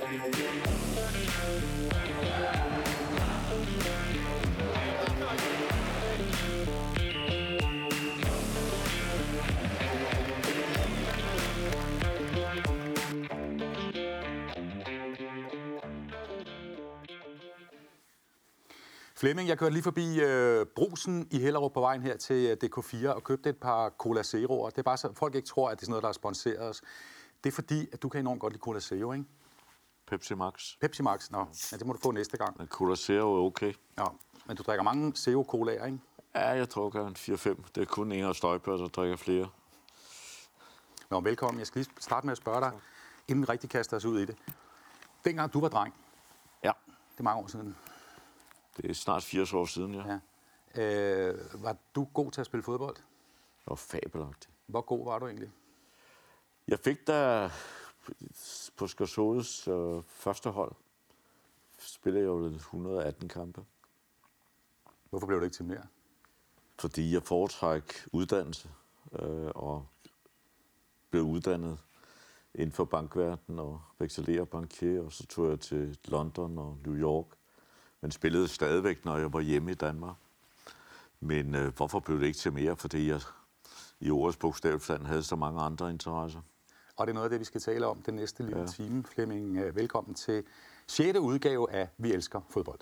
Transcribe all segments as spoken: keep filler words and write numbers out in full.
Flemming, jeg kørte lige forbi øh, Brugsen i Hellerup på vejen her til D K fire og købte et par Cola Zero'er. Det er bare så, folk ikke tror, at det er sådan noget, der er sponsoreret os. Det er fordi, at du kan enormt godt lide Cola Zero, ikke? Pepsi Max. Pepsi Max, nå. Ja, det må du få næste gang. Men Cola Zero er okay. Ja, men du drikker mange Zero-colaer, ikke? Ja, jeg tror en fire fem. Det er kun Inger Støjberg, der drikker flere. Nå, velkommen. Jeg skal lige starte med at spørge dig, inden vi rigtig kaster os ud i det. Dengang du var dreng. Ja. Det er mange år siden. Det er snart firs år siden, ja. ja. Øh, var du god til at spille fodbold? Det var fabelagtigt. Hvor god var du egentlig? Jeg fik da på Skarsodes øh, første hold. Spillede jeg jo et hundrede og atten kampe. Hvorfor blev du ikke til mere? Fordi jeg foretræk uddannelse øh, og blev uddannet inden for bankverdenen og vekselerer bankier, og så tog jeg til London og New York. Men spillede stadigvæk, når jeg var hjemme i Danmark. Men øh, hvorfor blev det ikke til mere? Fordi jeg i ordets bogstavelsestand havde så mange andre interesser. Og det er noget af det, vi skal tale om den næste lille ja. time. Flemming, velkommen til sjette udgave af Vi elsker fodbold.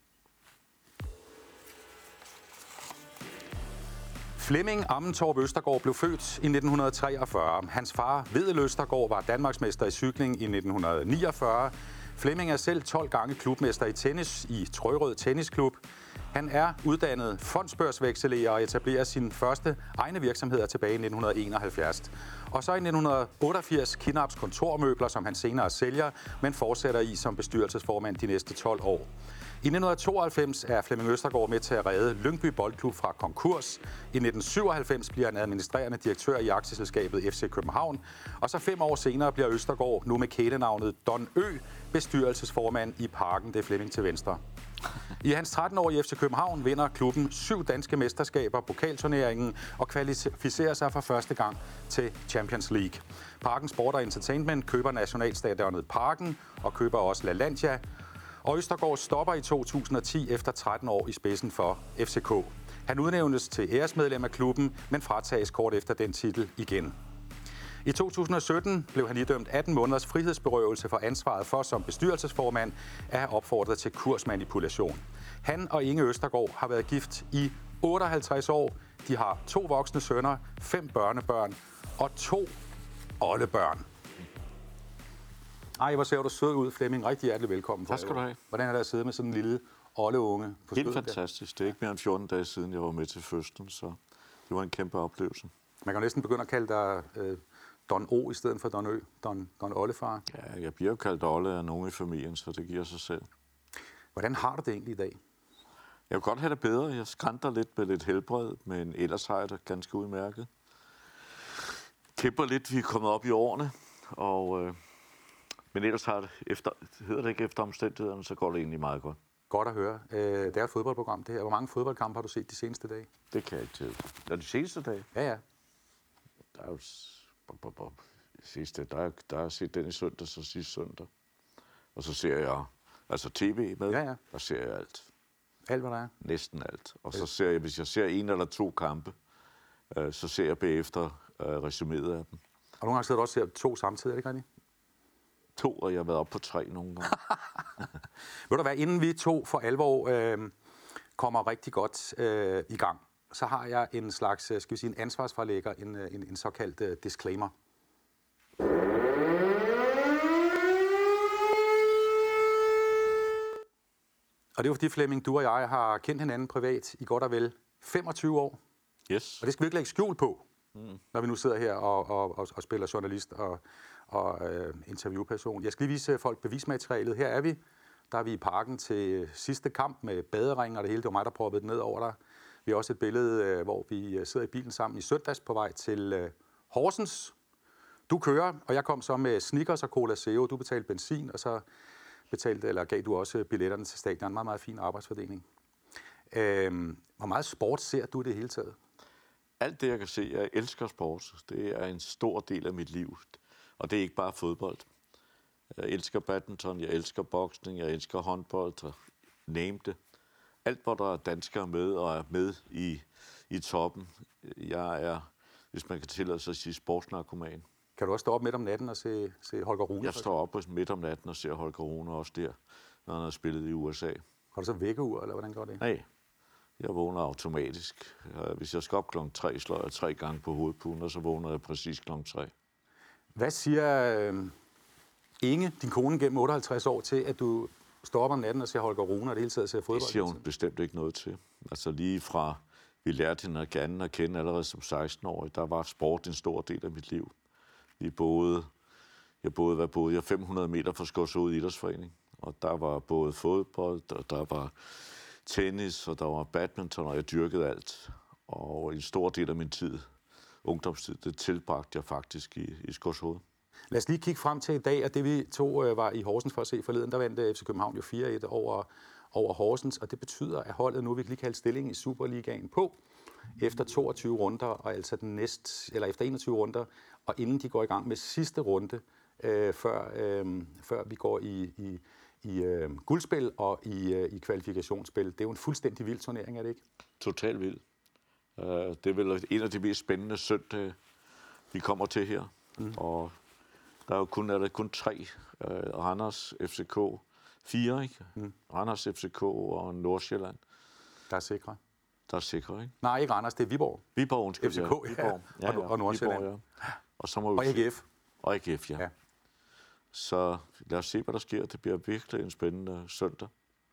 Flemming Ammentorp Østergaard blev født i nitten treogfyrre. Hans far, Vedel Østergaard, var danmarksmester i cykling i nitten niogfyrre. Flemming er selv tolv gange klubmester i tennis i Trørød Tennisklub. Han er uddannet fondsbørsvekselerer og etablerer sin første egne virksomheder tilbage i nitten enoghalvfjerds. Og så i nitten otteogfirs Kinnarps kontormøbler, som han senere sælger, men fortsætter i som bestyrelsesformand de næste tolv år. I nitten tooghalvfems er Flemming Østergaard med til at redde Lyngby Boldklub fra konkurs. I nitten syvoghalvfems bliver han administrerende direktør i aktieselskabet F C København. Og så fem år senere bliver Østergaard, nu med kælenavnet Don Ø, bestyrelsesformand i Parken. Det er Flemming til venstre. I hans tretten år i F C København vinder klubben syv danske mesterskaber, pokalturneringen og kvalificerer sig for første gang til Champions League. Parken Sport og Entertainment køber nationalstadionet Parken og køber også LaLandia. Og Østergaard stopper i to tusind og ti efter tretten år i spidsen for F C K. Han udnævnes til æresmedlem af klubben, men fratages kort efter den titel igen. I to tusind og sytten blev han idømt atten måneders frihedsberøvelse for ansvaret for som bestyrelsesformand at have opfordret til kursmanipulation. Han og Inge Østergaard har været gift i otteoghalvtreds år. De har to voksne sønner, fem børnebørn og to oldebørn. Ej, hvor ser du sød ud, Flemming. Rigtig hjertelig velkommen. Tak skal du have. Hvordan er det at sidde med sådan en lille oldeunge på Helt fantastisk. Det er ikke mere end fjorten dage siden, jeg var med til fødslen, så det var en kæmpe oplevelse. Man kan næsten begynde at kalde dig øh, Don O i stedet for Don Ø. Don, Don Ollefar. Ja, jeg bliver jo kaldt Olle af nogen i familien, så det giver sig selv. Hvordan har du det egentlig i dag? Jeg vil godt have det bedre. Jeg skrænter lidt med lidt helbred, men ellers har jeg det ganske udmærket. Kæmper lidt, vi er kommet op i årene, og... Øh, Men ellers har det, efter, hedder det ikke efter omstændighederne, så går det egentlig meget godt. Godt at høre. Det er et fodboldprogram, det her. Hvor mange fodboldkampe har du set de seneste dage? Det kan jeg ikke tælle. Er de seneste dage? Ja, ja. Der er jo... Sidste, der er, der er set den i søndag, så sidste søndag. Og så ser jeg altså tv med, ja, ja. Der ser jeg alt. Alt, hvad der er? Næsten alt. Og så ser jeg, hvis jeg ser en eller to kampe, øh, så ser jeg bagefter øh, resuméet af dem. Og nogle gange sidder du også og ser to samtidig, er det ikke rigtigt? To, og jeg har været op på tre nogle gange. Ved du hvad, inden vi to for alvor øh, kommer rigtig godt øh, i gang, så har jeg en slags, skal vi sige, en ansvarsfralægger, en, en, en såkaldt uh, disclaimer. Og det er jo fordi, Flemming, du og jeg har kendt hinanden privat i godt og vel femogtyve år. Yes. Og det skal vi ikke lægge skjul på, mm. når vi nu sidder her og, og, og, og spiller journalist og, og øh, interviewperson. Jeg skal lige vise folk bevismaterialet. Her er vi. Der er vi i Parken til sidste kamp med badering og det hele. Det var mig, der proppede det ned over dig. Vi har også et billede, øh, hvor vi sidder i bilen sammen i søndags på vej til øh, Horsens. Du kører, og jeg kom så med Snickers og Cola Zero. Du betalte benzin, og så betalte, eller gav du også billetterne til stadion. En meget, meget fin arbejdsfordeling. Øh, hvor meget sport ser du det hele taget? Alt det, jeg kan se, jeg elsker sport. Det er en stor del af mit liv. Og det er ikke bare fodbold. Jeg elsker badminton, jeg elsker boksning, jeg elsker håndbold, name det. Alt, hvor der er danskere med og er med i, i toppen. Jeg er, hvis man kan tillade sig at sige, sportsnarkoman. Kan du også stå op midt om natten og se, se Holger Rune? Jeg står op midt om natten og ser Holger Rune også der, når han har spillet i U S A. Har du så vækkeur, eller hvordan går det? Nej, jeg vågner automatisk. Hvis jeg skal op klokken tre, slår jeg tre gange på hovedpuden, og så vågner jeg præcis klokken tre. Hvad siger øh, Inge, din kone gennem otteoghalvtreds år, til at du står op om natten og ser Holger Rune og det hele taget ser fodbold? Det siger hun bestemt ikke noget til. Altså lige fra, vi lærte hende at kende, at kende allerede som seksten-årig, der var sport en stor del af mit liv. Vi boede, jeg boede, hvad boede jeg, fem hundrede meter fra Skovshoved Idrætsforening, og der var både fodbold, og der var tennis, og der var badminton, og jeg dyrkede alt. Og en stor del af min tid, ungdomstid, det tilbragte jeg faktisk i, i Skovshoved. Lad os lige kigge frem til i dag, og det vi to øh, var i Horsens for at se forleden, der vandt F C København jo fire et over, over Horsens, og det betyder, at holdet nu vil lige kalde stillingen i Superligaen på efter toogtyve runder, og altså den næst, eller efter enogtyve runder, og inden de går i gang med sidste runde, øh, før, øh, før vi går i, i, i øh, guldspil og i, øh, i kvalifikationsspil. Det er jo en fuldstændig vild turnering, er det ikke? Totalt vild. Uh, det er vel en af de mest spændende søndage, vi kommer til her, mm. og der er jo kun, er der kun tre. Uh, Randers, F C K, fire, ikke? Mm. Randers, F C K og Nordsjælland. Der er sikre. Der er sikre, ikke? Nej, ikke Randers, det er Viborg. Viborg, undskyld. F C K, ja. Viborg. Ja, ja. Og, og Nordsjælland. Viborg, ja. Og, så må vi og A G F. Og A G F, ja. ja. Så lad os se, hvad der sker. Det bliver virkelig en spændende søndag.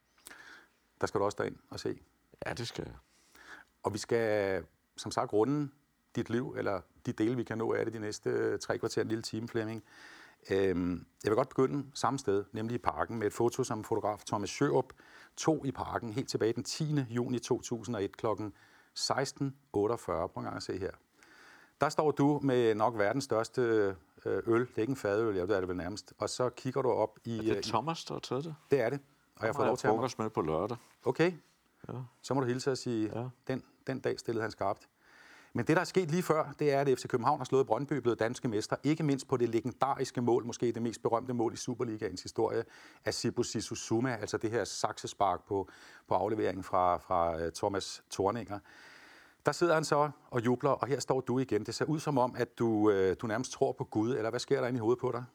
Der skal du også derind og se. Ja, det skal jeg. Og vi skal, som sagt, runde dit liv, eller de dele, vi kan nå af det de næste tre kvarter, en lille time, Flemming. Øhm, jeg vil godt begynde samme sted, nemlig i Parken, med et foto, som fotograf Thomas Sjørup tog i Parken helt tilbage den tiende juni to tusind og et klokken seksten otteogfyrre. Prøv en gang at se her. Der står du med nok verdens største øl. Det er ikke en fadøl, ja, det er det vel nærmest. Og så kigger du op i... Er det Thomas, der har taget det? Det er det. Og jeg har fået lov til at... frokost med på lørdag. Okay. Ja. Så må du hilse at sige, ja. den, den dag stillede han skarpt. Men det, der er sket lige før, det er, at F C København har slået Brøndby, blevet danske mester. Ikke mindst på det legendariske mål, måske det mest berømte mål i Superligaens historie, af Sibu Susuma, altså det her saksespark på, på afleveringen fra, fra uh, Thomas Thorninger. Der sidder han så og jubler, og her står du igen. Det ser ud som om, at du, uh, du nærmest tror på Gud, eller hvad sker der inde i hovedet på dig?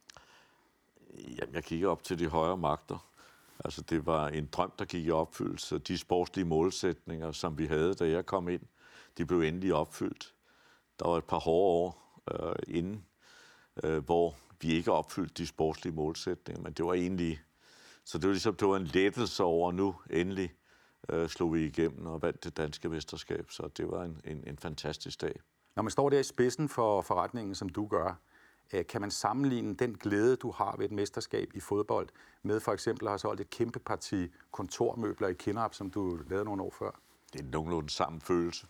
Jamen, jeg kigger op til de højere magter. Altså, det var en drøm, der gik i opfyldelse. De sportslige målsætninger, som vi havde, da jeg kom ind, de blev endelig opfyldt. Der var et par hårde år øh, inden, øh, hvor vi ikke opfyldte de sportslige målsætninger, men det var egentlig... Så det var ligesom, det var en lettelse over nu, endelig øh, slog vi igennem og vandt det danske mesterskab, så det var en, en, en fantastisk dag. Når man står der i spidsen for forretningen, som du gør, kan man sammenligne den glæde, du har ved et mesterskab i fodbold, med for eksempel at have solgt et kæmpe parti kontormøbler i Kinderab, som du lavede nogle år før? Det er nogenlunde samme følelse.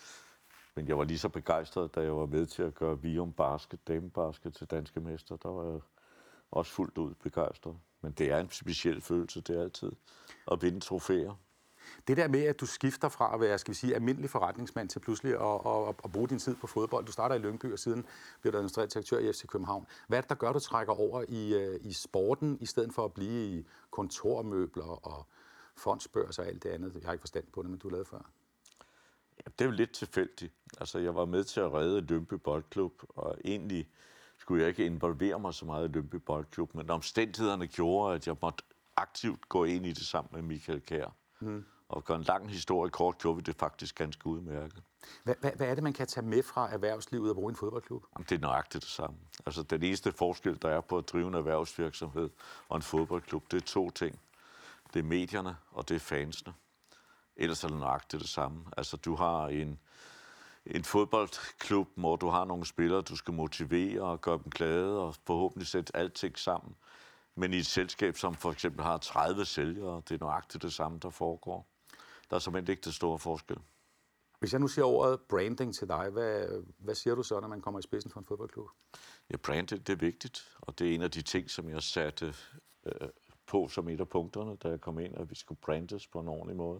Men jeg var lige så begejstret, da jeg var med til at gøre Vium Basket, damebasket til danske mester. Der var jeg også fuldt ud begejstret. Men det er en speciel følelse, det er altid, at vinde trofæer. Det der med, at du skifter fra at være, skal vi sige, almindelig forretningsmand til pludselig at, at, at bruge din tid på fodbold. Du starter i Lyngby, og siden bliver du administrerende direktør i F C København. Hvad er det, der gør, at du trækker over i, i sporten, i stedet for at blive i kontormøbler og fondsbørs og alt det andet? Jeg har ikke forstand på det, men du lavede før. Ja, det er jo lidt tilfældigt. Altså, jeg var med til at redde Lyngby Boldklub, og egentlig skulle jeg ikke involvere mig så meget i Lyngby Boldklub, men omstændighederne gjorde, at jeg måtte aktivt gå ind i det sammen med Michael Kjær. Mm. Og gør en lang historie kort, gjorde vi det faktisk ganske udmærket. Hvad, hvad, hvad er det, man kan tage med fra erhvervslivet og bruge en fodboldklub? Jamen, det er nøjagtigt det samme. Altså, den eneste forskel, der er på at drive en erhvervsvirksomhed og en fodboldklub, det er to ting. Det er medierne, og det er fansene. Ellers er det nøjagtigt det samme. Altså, du har en, en fodboldklub, hvor du har nogle spillere, du skal motivere og gøre dem glade, og forhåbentlig sætte alting sammen. Men i et selskab, som for eksempel har tredive sælgere, det er nøjagtigt det samme, der foregår. Der er simpelthen ikke det store forskel. Hvis jeg nu siger ordet branding til dig, hvad, hvad siger du så, når man kommer i spidsen for en fodboldklub? Ja, branding, det er vigtigt, og det er en af de ting, som jeg satte øh, på som et af punkterne, da jeg kom ind, at vi skulle brandes på en ordentlig måde.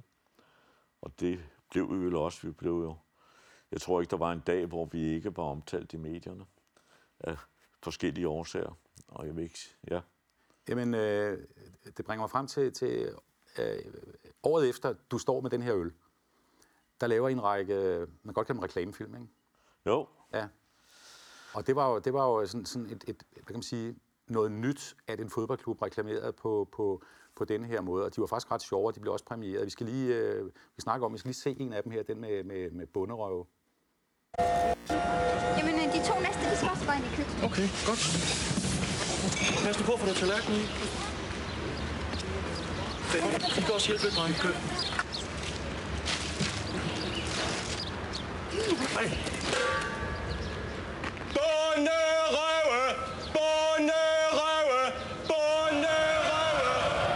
Og det blev vi vel også. Vi blev jo... Jeg tror ikke, der var en dag, hvor vi ikke var omtalt i medierne af forskellige årsager. og jeg vil ikke... Ja. Jamen, øh, det bringer mig frem til, til øh, året efter, du står med den her øl. Der laver I en række, man kan godt kalde dem reklamefilm, ikke? Jo. Ja. Og det var jo, det var jo sådan, sådan et, et, hvad kan man sige, noget nyt, at en fodboldklub reklamerede på, på, på denne her måde. Og de var faktisk ret sjove, og de blev også præmieret. Vi skal lige øh, vi snakker om, vi skal lige se en af dem her, den med, med, med bunderøve. Jamen, de to næste, de skal også gå ind i køkkenet. Okay, godt. Pas nu på, for du tallerkenen i. Den, I kan også hjælpe lidt, drenge. Kør. Hej. Bunderøve! Bunderøve! Bunderøve!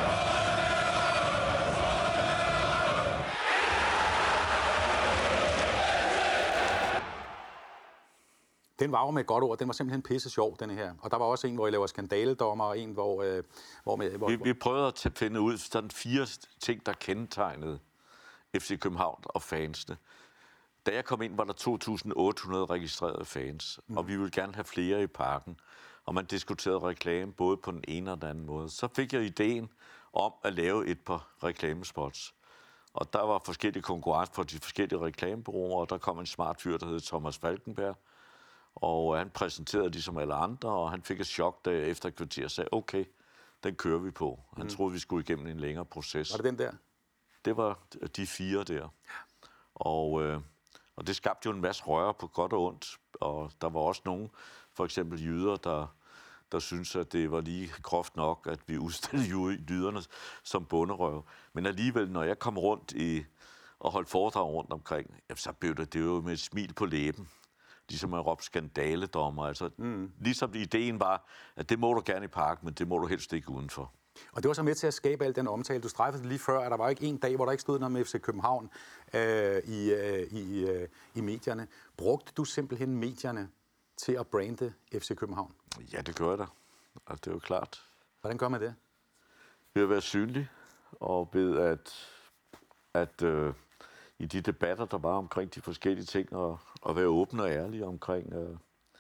Den var jo med et godt ord. Den var simpelthen pisse sjov, den her. Og der var også en, hvor I laver skandaledommer, og en, hvor... Øh, hvor, med, hvor vi, vi prøvede at finde ud af sådan fire ting, der kendetegnede F C København og fansene. Da jeg kom ind, var der to tusind otte hundrede registrerede fans, mm. og vi ville gerne have flere i parken. Og man diskuterede reklame både på den ene og den anden måde. Så fik jeg ideen om at lave et par reklamespots. Og der var forskellige konkurrencer for de forskellige reklamebureauer, og der kom en smart fyr, der hed Thomas Falkenberg. Og han præsenterede de som alle andre, og han fik et chok, da jeg efter et kvarter sagde, okay, den kører vi på. Han mm. troede, vi skulle igennem en længere proces. Var det den der? Det var de fire der. Og, øh, og det skabte jo en masse røre på godt og ondt. Og der var også nogen, for eksempel jyder, der, der syntes, at det var lige groft nok, at vi udstillede jyderne som bunderøve. Men alligevel, når jeg kom rundt i, og holdt foredrag rundt omkring, så blev det, det jo med et smil på læben. Ligesom at råbe skandaledommer. Altså, mm. ligesom ideen var, at det må du gerne i parken, men det må du helst ikke udenfor. Og det var så med til at skabe al den omtale. Du strejfede det lige før, at der var ikke en dag, hvor der ikke stod noget med F C København øh, i, øh, i, øh, i medierne. Brugte du simpelthen medierne til at brande F C København? Ja, det gør jeg da. Altså, det er jo klart. Hvordan gør man det? Ved at være synlig, og ved at... at øh, i de debatter, der var omkring de forskellige ting, og, og være åben og ærlig omkring. Øh.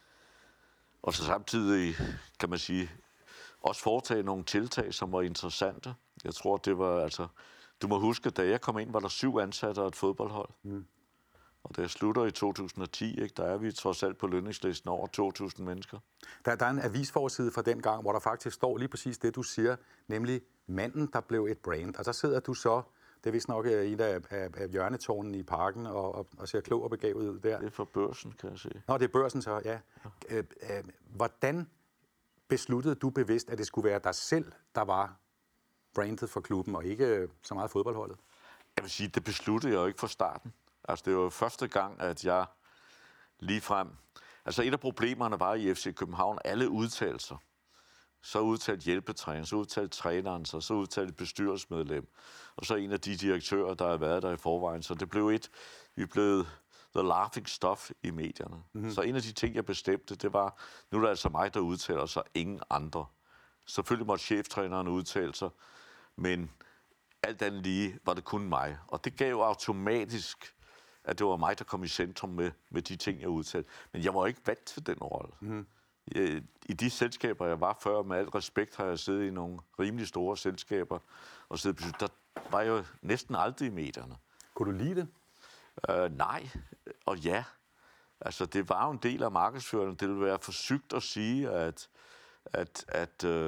Og så samtidig, kan man sige, også foretage nogle tiltag, som var interessante. Jeg tror, det var altså... Du må huske, da jeg kom ind, var der syv ansatte og et fodboldhold. Mm. Og da jeg slutter i to tusind og ti, ikke, der er vi trods alt på lønningslisten over to tusind mennesker. Der, der er en avisforside fra den gang, hvor der faktisk står lige præcis det, du siger, nemlig manden, der blev et brand. Og så sidder du så... Det er vist nok en af, af, af hjørnetårnen i parken, og, og, og ser klog og begavet ud der. Det er for Børsen, kan jeg se. Nå, det er Børsen så, ja. ja. Øh, øh, hvordan besluttede du bevidst, at det skulle være dig selv, der var brandet for klubben, og ikke så meget fodboldholdet? Jeg vil sige, det besluttede jeg jo ikke fra starten. Altså, det var jo første gang, at jeg ligefrem... Altså, et af problemerne var i F C København, alle udtalelser. Så udtalte hjælpetræner, så udtalte træneren sig, så udtalte bestyrelsesmedlem, og så en af de direktører, der har været der i forvejen. Så det blev et, vi blev the laughing stuff i medierne. Mm-hmm. Så en af de ting, jeg bestemte, det var, nu er det altså mig, der udtaler sig, ingen andre. Selvfølgelig måtte cheftræneren udtale sig, men alt andet lige var det kun mig. Og det gav automatisk, at det var mig, der kom i centrum med, med de ting, jeg udtalte. Men jeg var ikke vant til den rolle. Mm-hmm. I de selskaber, jeg var før, med al respekt, har jeg siddet i nogle rimelig store selskaber, og siddet, der var jeg jo næsten aldrig i medierne. Kunne du lide det? Uh, nej, og ja. Altså, det var jo en del af markedsføringen. Det ville være for sygt at sige, at, at, at uh,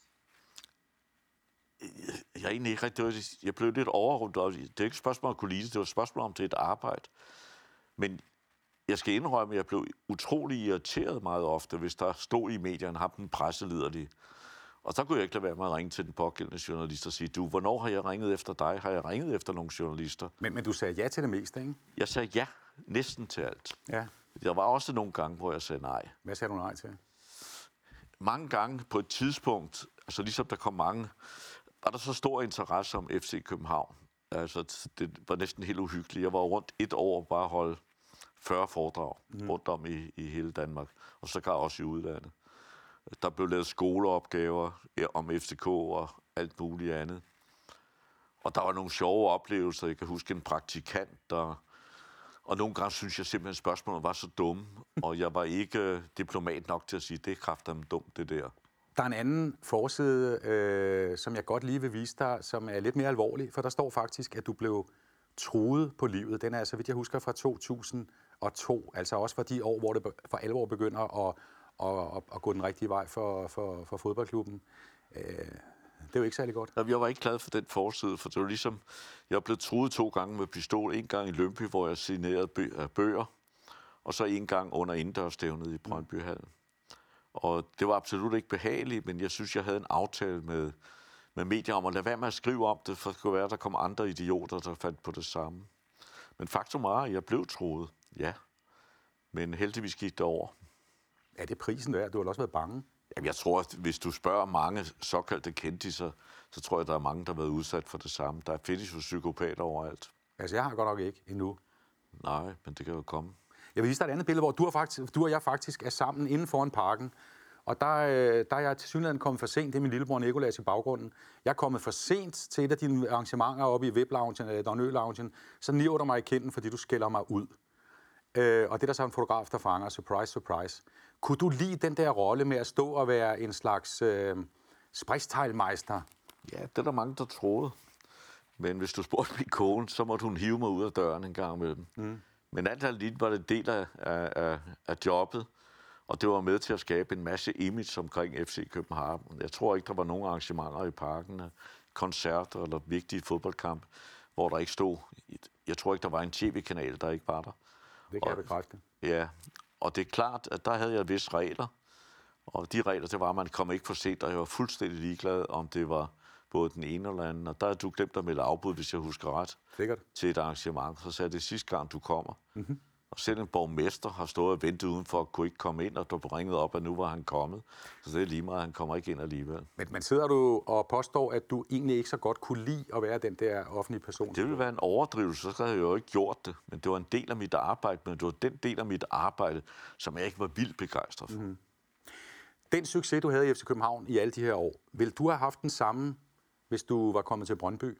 jeg egentlig ikke rigtig... Jeg blev lidt overrundet. Det er ikke et spørgsmål at kunne lide det, det var et spørgsmål om, det er et arbejde. Men jeg skal indrømme, at jeg blev utrolig irriteret meget ofte, hvis der stod i medierne, ham den presseliderlige. Og så kunne jeg ikke lade være med at ringe til den pågældende journalist og sige, du, hvornår har jeg ringet efter dig? Har jeg ringet efter nogle journalister? Men, men du sagde ja til det meste, ikke? Jeg sagde ja, næsten til alt. Ja. Der var også nogle gange, hvor jeg sagde nej. Hvad sagde du nej til? Mange gange på et tidspunkt, altså ligesom der kom mange, var der så stor interesse om F C København. Altså, det var næsten helt uhyggeligt. Jeg var rundt et år og bare holde fyrre foredrag mm. rundt om i, i hele Danmark, og så også i udlandet. Der blev lavet skoleopgaver om F C K og alt muligt andet. Og der var nogle sjove oplevelser. Jeg kan huske en praktikant, der... Og nogle gange synes jeg simpelthen, at spørgsmålet var så dumme, og jeg var ikke diplomat nok til at sige, det er kraftedeme dumt, det der. Der er en anden forside, øh, som jeg godt lige vil vise dig, som er lidt mere alvorlig, for der står faktisk, at du blev truet på livet. Den er, så vidt jeg husker, fra to tusind og to, altså også for de år, hvor det for alvor begynder at, at, at, at gå den rigtige vej for, for, for fodboldklubben. Øh, det er jo ikke særlig godt. Jeg var ikke glad for den forside, for det var ligesom, jeg blev truet to gange med pistol. En gang i Lyngby, hvor jeg signerede bø- bøger, og så en gang under indendørsstævnet i Brøndbyhallen. Og det var absolut ikke behageligt, men jeg synes, jeg havde en aftale med, med medier om at lade være med at skrive om det, for det kunne være, at der kom andre idioter, der fandt på det samme. Men faktum er, at jeg blev truet, ja. Men heldigvis gik det over. Er det prisen værd? Du har også været bange. Jamen, jeg tror, at hvis du spørger mange såkaldte kendtiser, så tror jeg, der er mange, der har været udsat for det samme. Der findes jo psykopater overalt. Altså, jeg har godt nok ikke endnu. Nej, men det kan jo komme. Jeg vil vise dig et andet billede, hvor du, har faktisk, du og jeg faktisk er sammen inden foran parken. Og der, øh, der er jeg til synligheden kommet for sent. Det er min lillebror Nicolas i baggrunden. Jeg er kommet for sent til et af dine arrangementer oppe i V I P-loungen, eller Donø-loungen. Så niver du mig i kinden, fordi du skælder mig ud. Øh, og det er der så en fotograf, der fanger. Surprise, surprise. Kunne du lide den der rolle med at stå og være en slags øh, spredsteilmeister? Ja, det er der mange, der troede. Men hvis du spurgte min kone, så måtte hun hive mig ud af døren en gang imellem. Mm. Men alt alt lige var det en del af, af, af jobbet, og det var med til at skabe en masse image omkring F C København. Jeg tror ikke, der var nogen arrangementer i parken, koncerter eller vigtige fodboldkamp, hvor der ikke stod. Jeg tror ikke, der var en tv-kanal, der ikke var der. Det kan og, jeg bekræfte. Ja, og det er klart, at der havde jeg visse regler. Og de regler, det var, at man kom ikke for sent, og jeg var fuldstændig ligeglad, om det var både den ene eller anden. Og der er du glemt at melde afbud, hvis jeg husker ret, Sikkert. Til et arrangement. Så sagde det sidste gang, du kommer. Mm-hmm. Og selv en borgmester har stået og ventet udenfor at kunne ikke komme ind, og du ringede op, at nu var han kommet. Så det er lige meget, at han kommer ikke ind alligevel. Men, men sidder du og påstår, at du egentlig ikke så godt kunne lide at være den der offentlige person? Det ville være en overdrivelse, så havde jeg jo ikke gjort det. Men det var en del af mit arbejde, men det var den del af mit arbejde, som jeg ikke var vildt begejstret for. Mm-hmm. Den succes, du havde i F C København i alle de her år, ville du have haft den samme, hvis du var kommet til Brøndby?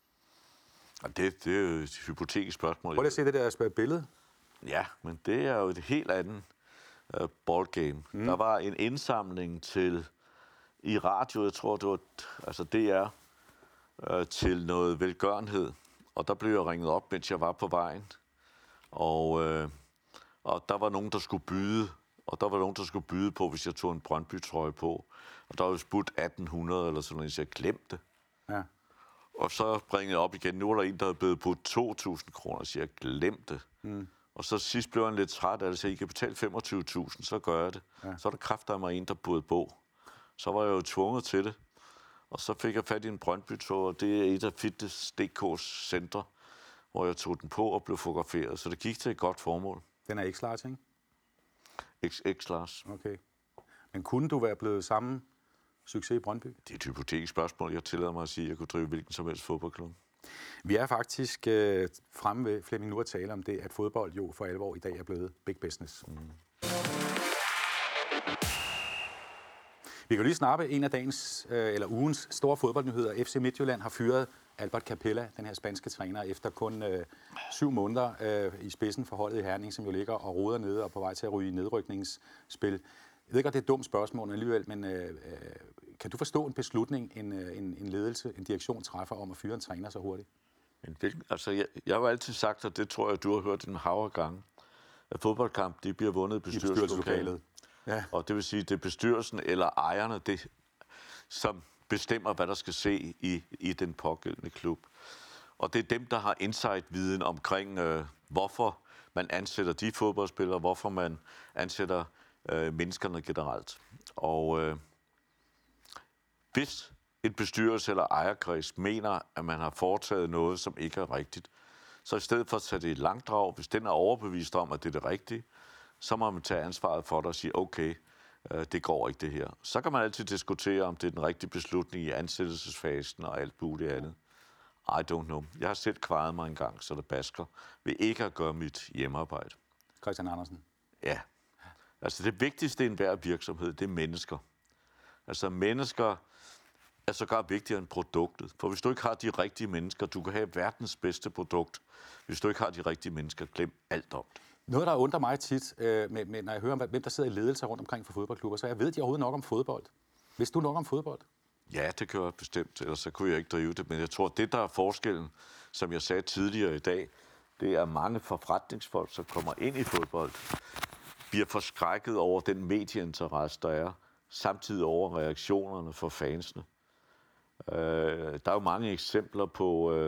Og det, det er jo et hypotetisk spørgsmål. Prøv lige at se det der billede. Ja, men det er jo et helt andet uh, ballgame. Mm. Der var en indsamling til i radio, jeg tror, det var altså D R, uh, til noget velgørenhed. Og der blev jeg ringet op, mens jeg var på vejen. Og, uh, og der var nogen, der skulle byde. Og der var nogen, der skulle byde på, hvis jeg tog en Brøndby-trøje på. Og der var jo spudt atten hundrede eller sådan noget, så jeg glemte det. Ja. Og så bringede jeg op igen. Nu var der en, der havde blevet på to tusind kroner, så jeg glemte det. Mm. Og så sidst blev han lidt træt af det, så I kan betale femogtyve tusind, så gør jeg det. Ja. Så er der kræfter af mig en, der budede på. Så var jeg jo tvunget til det. Og så fik jeg fat i en Brøndby-tog, og det er et af Fitness D K's centre, hvor jeg tog den på og blev fotograferet. Så det gik til et godt formål. Den er X-Lars, ikke? X-Lars. Okay. Men kunne du være blevet samme succes i Brøndby? Det er et hypotetisk spørgsmål. Jeg tillader mig at sige, at jeg kunne drive hvilken som helst fodboldklub. Vi er faktisk øh, fremme ved, Flemming, nu at tale om det, at fodbold jo for alvor i dag er blevet big business. Mm. Vi kan lige snappe en af dagens, øh, eller ugens store fodboldnyheder. F C Midtjylland har fyret Albert Capella, den her spanske træner, efter kun øh, syv måneder øh, i spidsen for holdet i Herning, som jo ligger og roder nede og på vej til at ryge i nedrykningsspil. Jeg ved ikke, at det er et dumt spørgsmål alligevel, men øh, øh, kan du forstå en beslutning, en, en, en ledelse, en direktion træffer om at fyre en træner så hurtigt? Men hvilken, altså, jeg, jeg har jo altid sagt, og det tror jeg, du har hørt en hav af gange, at fodboldkamp, de bliver vundet i bestyrelseslokalet. Ja. Og det vil sige, det er bestyrelsen eller ejerne, det, som bestemmer, hvad der skal se i, i den pågældende klub. Og det er dem, der har insight-viden omkring, øh, hvorfor man ansætter de fodboldspillere, hvorfor man ansætter øh, menneskerne generelt. Og øh, hvis en bestyrelse eller ejerkreds mener, at man har foretaget noget, som ikke er rigtigt, så i stedet for at tage det i et langdrag, hvis den er overbevist om, at det er det rigtige, så må man tage ansvaret for det og sige, okay, øh, det går ikke det her. Så kan man altid diskutere, om det er den rigtige beslutning i ansættelsesfasen og alt muligt andet. I don't know. Jeg har selv kvaret mig en gang, så det basker, ved ikke at gøre mit hjemmearbejde. Christian Andersen. Ja. Altså det vigtigste i enhver virksomhed, det er mennesker. Altså mennesker er sågar vigtigere end produktet. For hvis du ikke har de rigtige mennesker, du kan have verdens bedste produkt. Hvis du ikke har de rigtige mennesker, glem alt om det. Noget, der undrer mig tit, øh, med, med, når jeg hører om, hvem der sidder i ledelser rundt omkring for fodboldklubber, så jeg ved de overhovedet nok om fodbold. Hvis du nok om fodbold? Ja, det gør jeg bestemt, ellers så kunne jeg ikke drive det. Men jeg tror, det der er forskellen, som jeg sagde tidligere i dag, det er mange forretningsfolk, som kommer ind i fodbold, bliver forskrækket over den medieinteresse, der er, samtidig over reaktionerne fra fansene. Øh, der er jo mange eksempler på, øh,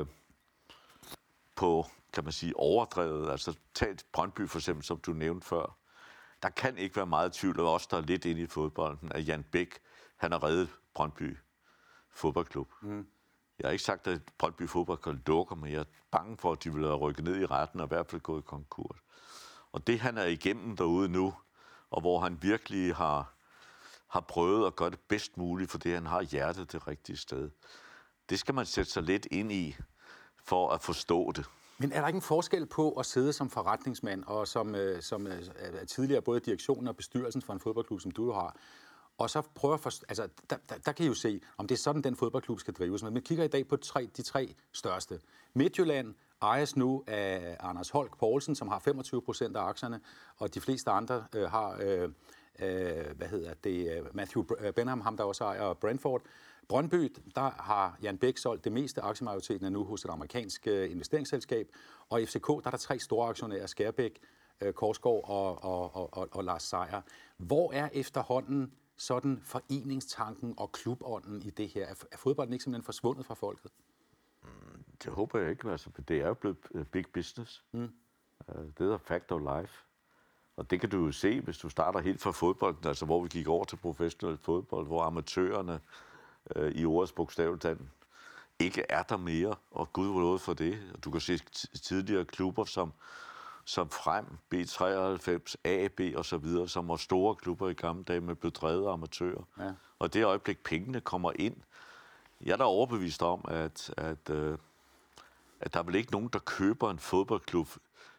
på, kan man sige, overdrevet. Altså, tag Brøndby for eksempel, som du nævnte før. Der kan ikke være meget tvivl, og også der er lidt inde i fodbolden, at Jan Bæk, han har reddet Brøndby fodboldklub. Mm. Jeg har ikke sagt, at Brøndby fodboldklub lukker, men jeg er bange for, at de vil have rykket ned i retten og i hvert fald gået i konkurs. Og det, han er igennem derude nu, og hvor han virkelig har, har prøvet at gøre det bedst muligt, fordi han har hjertet det rigtige sted, det skal man sætte sig lidt ind i, for at forstå det. Men er der ikke en forskel på at sidde som forretningsmand og som, øh, som øh, tidligere både direktionen og bestyrelsen for en fodboldklub, som du har, og så prøver at forstå, altså der, der, der kan I jo se, om det er sådan, den fodboldklub skal drives. Men man kigger i dag på tre, de tre største. Midtjylland ejes nu af Anders Holk Poulsen, som har femogtyve procent af aktierne, og de fleste andre øh, har, øh, øh, hvad hedder det, Matthew Benham, ham der også ejer Brentford. Brøndby, der har Jan Bæk solgt det meste. Aktiemajoriteten er nu hos et amerikansk øh, investeringsselskab. Og i F C K, der er der tre store aktionærer, Skærbæk, øh, Korsgaard og, og, og, og, og Lars Seier. Hvor er efterhånden sådan foreningstanken og klubånden i det her? Er fodbolden ikke simpelthen forsvundet fra folket? Det håber jeg ikke. Altså, det er jo blevet big business. Mm. Det er fact of life. Og det kan du jo se, hvis du starter helt fra fodbolden, altså hvor vi gik over til professionel fodbold, hvor amatørerne øh, i ordets bogstavelighed ikke er der mere, og Gud var noget for det. Du kan se tidligere klubber som, som Frem, B treoghalvfems, A B og så videre, som var store klubber i gamle dage med blev drevet amatører. Ja. Og det øjeblik, pengene kommer ind, jeg er da overbevist om, at, at, øh, at der er vel ikke nogen, der køber en fodboldklub,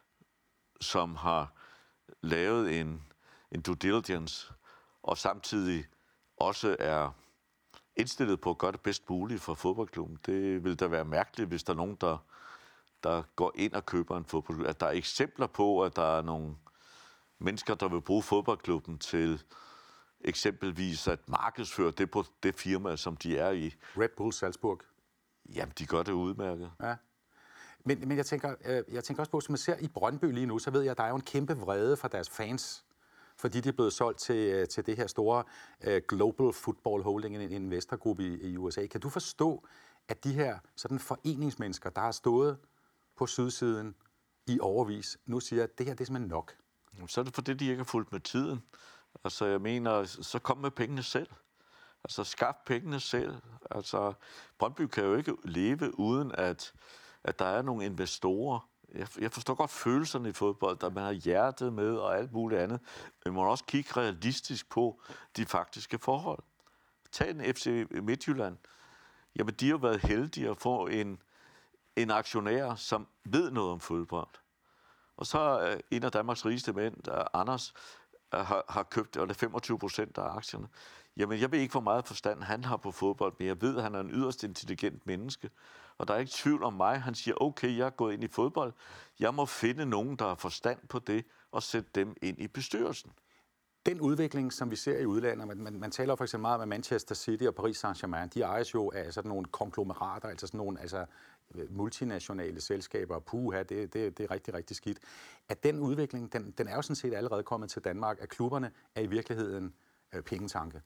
som har lavet en, en due diligence, og samtidig også er indstillet på at gøre det bedst muligt for fodboldklubben. Det vil da være mærkeligt, hvis der er nogen, der, der går ind og køber en fodboldklub. At der er eksempler på, at der er nogle mennesker, der vil bruge fodboldklubben til eksempelvis at markedsføre det på det firma, som de er i. Red Bull Salzburg. Jamen, de gør det udmærket. Ja. Men, men jeg, tænker, øh, jeg tænker også på, som man ser i Brøndby lige nu, så ved jeg, at der er jo en kæmpe vrede fra deres fans, fordi de er blevet solgt til, til det her store øh, Global Football Holding, en investorgruppe i, i U S A. Kan du forstå, at de her sådan foreningsmennesker, der har stået på sydsiden i overvis, nu siger, at det her det er simpelthen nok? Så er det fordi, de ikke har fulgt med tiden. Altså, jeg mener, så kom med pengene selv. Altså, skaf pengene selv. Altså, Brøndby kan jo ikke leve uden, at, at der er nogle investorer. Jeg, jeg forstår godt følelserne i fodbold, at man har hjertet med og alt muligt andet. Men man må også kigge realistisk på de faktiske forhold. Tag en F C Midtjylland. Jamen, de har været heldige at få en, en aktionær, som ved noget om fodbold. Og så er en af Danmarks rigeste mænd, Anders, har, har købt eller femogtyve procent af aktierne. Jamen, jeg ved ikke, hvor meget forstand han har på fodbold, men jeg ved, at han er en yderst intelligent menneske. Og der er ikke tvivl om mig. Han siger, okay, jeg er gået ind i fodbold. Jeg må finde nogen, der har forstand på det, og sætte dem ind i bestyrelsen. Den udvikling, som vi ser i udlandet, man, man, man taler for eksempel meget om Manchester City og Paris Saint-Germain, de ejes jo af sådan nogle konglomerater, altså sådan nogle altså multinationale selskaber. Puha, det, det, det er rigtig, rigtig skidt. At den udvikling, den, den er jo sådan set allerede kommet til Danmark, at klubberne er i virkeligheden øh, pengetanke.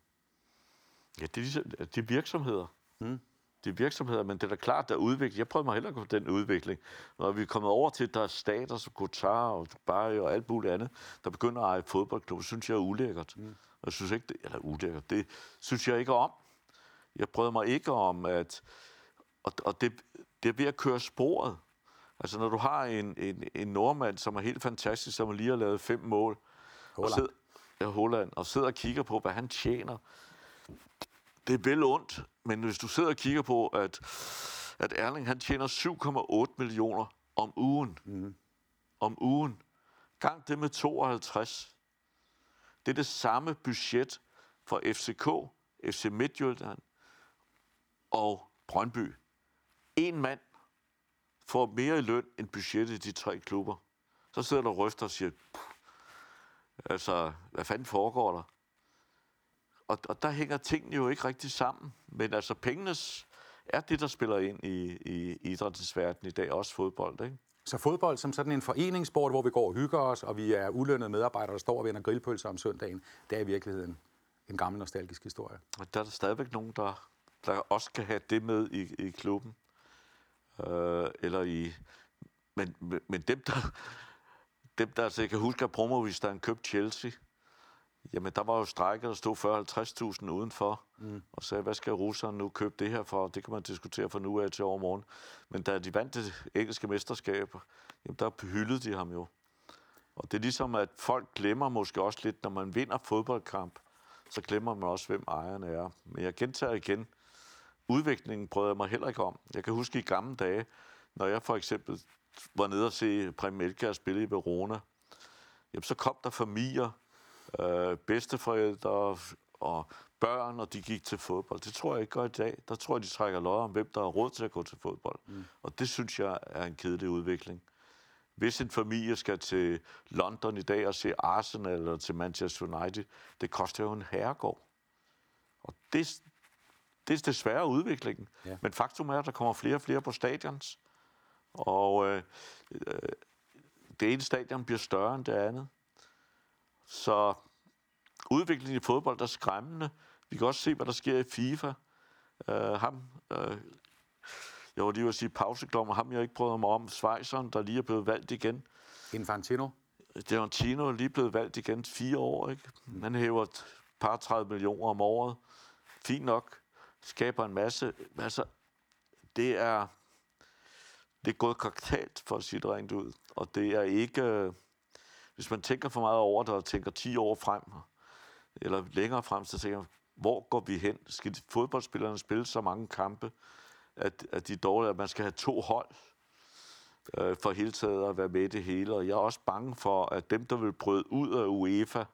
Ja, det er de virksomheder. Mm. De er virksomheder, men det er da klart, der er udvikling. Jeg prøver mig heller på den udvikling. Når vi er kommet over til, at der er stater som Qatar og Dubai og alt muligt andet, der begynder at eje fodboldklub, synes jeg er ulækkert. Mm. Og jeg synes ikke, det, eller ulækkert, det synes jeg ikke om. Jeg prøver mig ikke om, at og, og det, det er ved at køre sporet. Altså, når du har en, en, en nordmand, som er helt fantastisk, som lige har lavet fem mål, Holland. Og, sidder, ja, Holland, og sidder og kigger på, hvad han tjener. Det er vel ondt, men hvis du sidder og kigger på, at, at Erling, han tjener syv komma otte millioner om ugen. Mm. Om ugen. Gang det med tooghalvtreds. Det er det samme budget for F C K, F C Midtjylland og Brøndby. En mand får mere i løn end budgettet i de tre klubber. Så sidder der og ryster og siger, altså, hvad fanden foregår der? og, og der hænger tingene jo ikke rigtig sammen. Men altså, pengenes er det, der spiller ind i, i idrættens verden i dag, også fodbold, ikke? Så fodbold som sådan en foreningssport, hvor vi går og hygger os, og vi er ulønnede medarbejdere, der står og vender grillpølser om søndagen, det er i virkeligheden en gammel nostalgisk historie. Og der er der stadigvæk nogen, der, der også kan have det med i, i klubben. Øh, eller i... Men, men dem, der... Dem, der altså, jeg kan huske, at Promovistan købte Chelsea, jamen, der var jo strejker, der stod fyrre til halvtreds tusind udenfor, mm. og sagde, hvad skal russerne nu købe det her for? Det kan man diskutere fra nu af til overmorgen. Men da de vandt det engelske mesterskab, jamen, der hyldede de ham jo. Og det er ligesom, at folk glemmer måske også lidt, når man vinder fodboldkamp, så glemmer man også, hvem ejerne er. Men jeg gentager igen, udviklingen prøvede jeg mig heller ikke om. Jeg kan huske i gamle dage, når jeg for eksempel var nede og se Preben Elkjær spille i Verona, jamen, så kom der familier, øh, bedsteforældre og børn, og de gik til fodbold. Det tror jeg ikke gør i dag. Der tror jeg, de trækker lod om, hvem der har råd til at gå til fodbold. Mm. Og det synes jeg er en kedelig udvikling. Hvis en familie skal til London i dag og se Arsenal eller til Manchester United, det koster jo en herregård. Og det, det er desværre udviklingen. Ja. Men faktum er, at der kommer flere og flere på stadions. Og øh, øh, det ene stadion bliver større end det andet. Så udviklingen i fodbold er skræmmende. Vi kan også se, hvad der sker i FIFA. Uh, ham, uh, jeg var lige at sige pauseklommer, ham jeg ikke prøvede mig om, Schweizeren, der lige er blevet valgt igen. Infantino? Infantino er lige blevet valgt igen fire år, ikke? Man hæver et par tredive millioner om året. Fint nok. Skaber en masse. Altså, det er... Det er gået koktalt, for at sige det rent ud. Og det er ikke... Hvis man tænker for meget over det, og tænker ti år frem, eller længere frem, så tænker man, hvor går vi hen? Skal fodboldspillerne spille så mange kampe, at, at de er dårlige, at man skal have to hold øh, for hele taget at være med i det hele? Og jeg er også bange for, at dem, der vil bryde ud af UEFA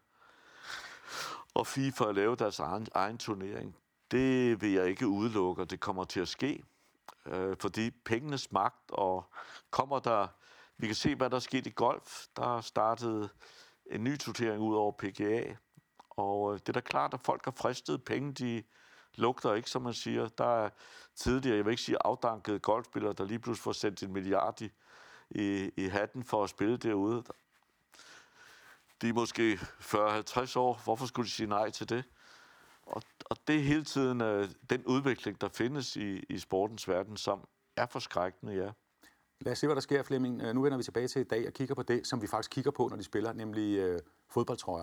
og FIFA og lave deres egen, egen turnering, det vil jeg ikke udelukke, og det kommer til at ske. Øh, fordi pengenes magt, og kommer der... Vi kan se, hvad der er sket i golf. Der er startet en ny turnering ud over P G A. Og det er da klart, at folk har fristet penge. De lugter ikke, som man siger. Der er tidligere, jeg vil ikke sige afdankede golfspillere, der lige pludselig får sendt en milliard i, i, i hatten for at spille derude. De er måske fyrre til halvtreds år. Hvorfor skulle de sige nej til det? Og, og det er hele tiden uh, den udvikling, der findes i, i sportens verden, som er forskrækkende, ja. Lad os se, hvad der sker, Flemming. Nu vender vi tilbage til i dag og kigger på det, som vi faktisk kigger på, når de spiller, nemlig øh, fodboldtrøjer.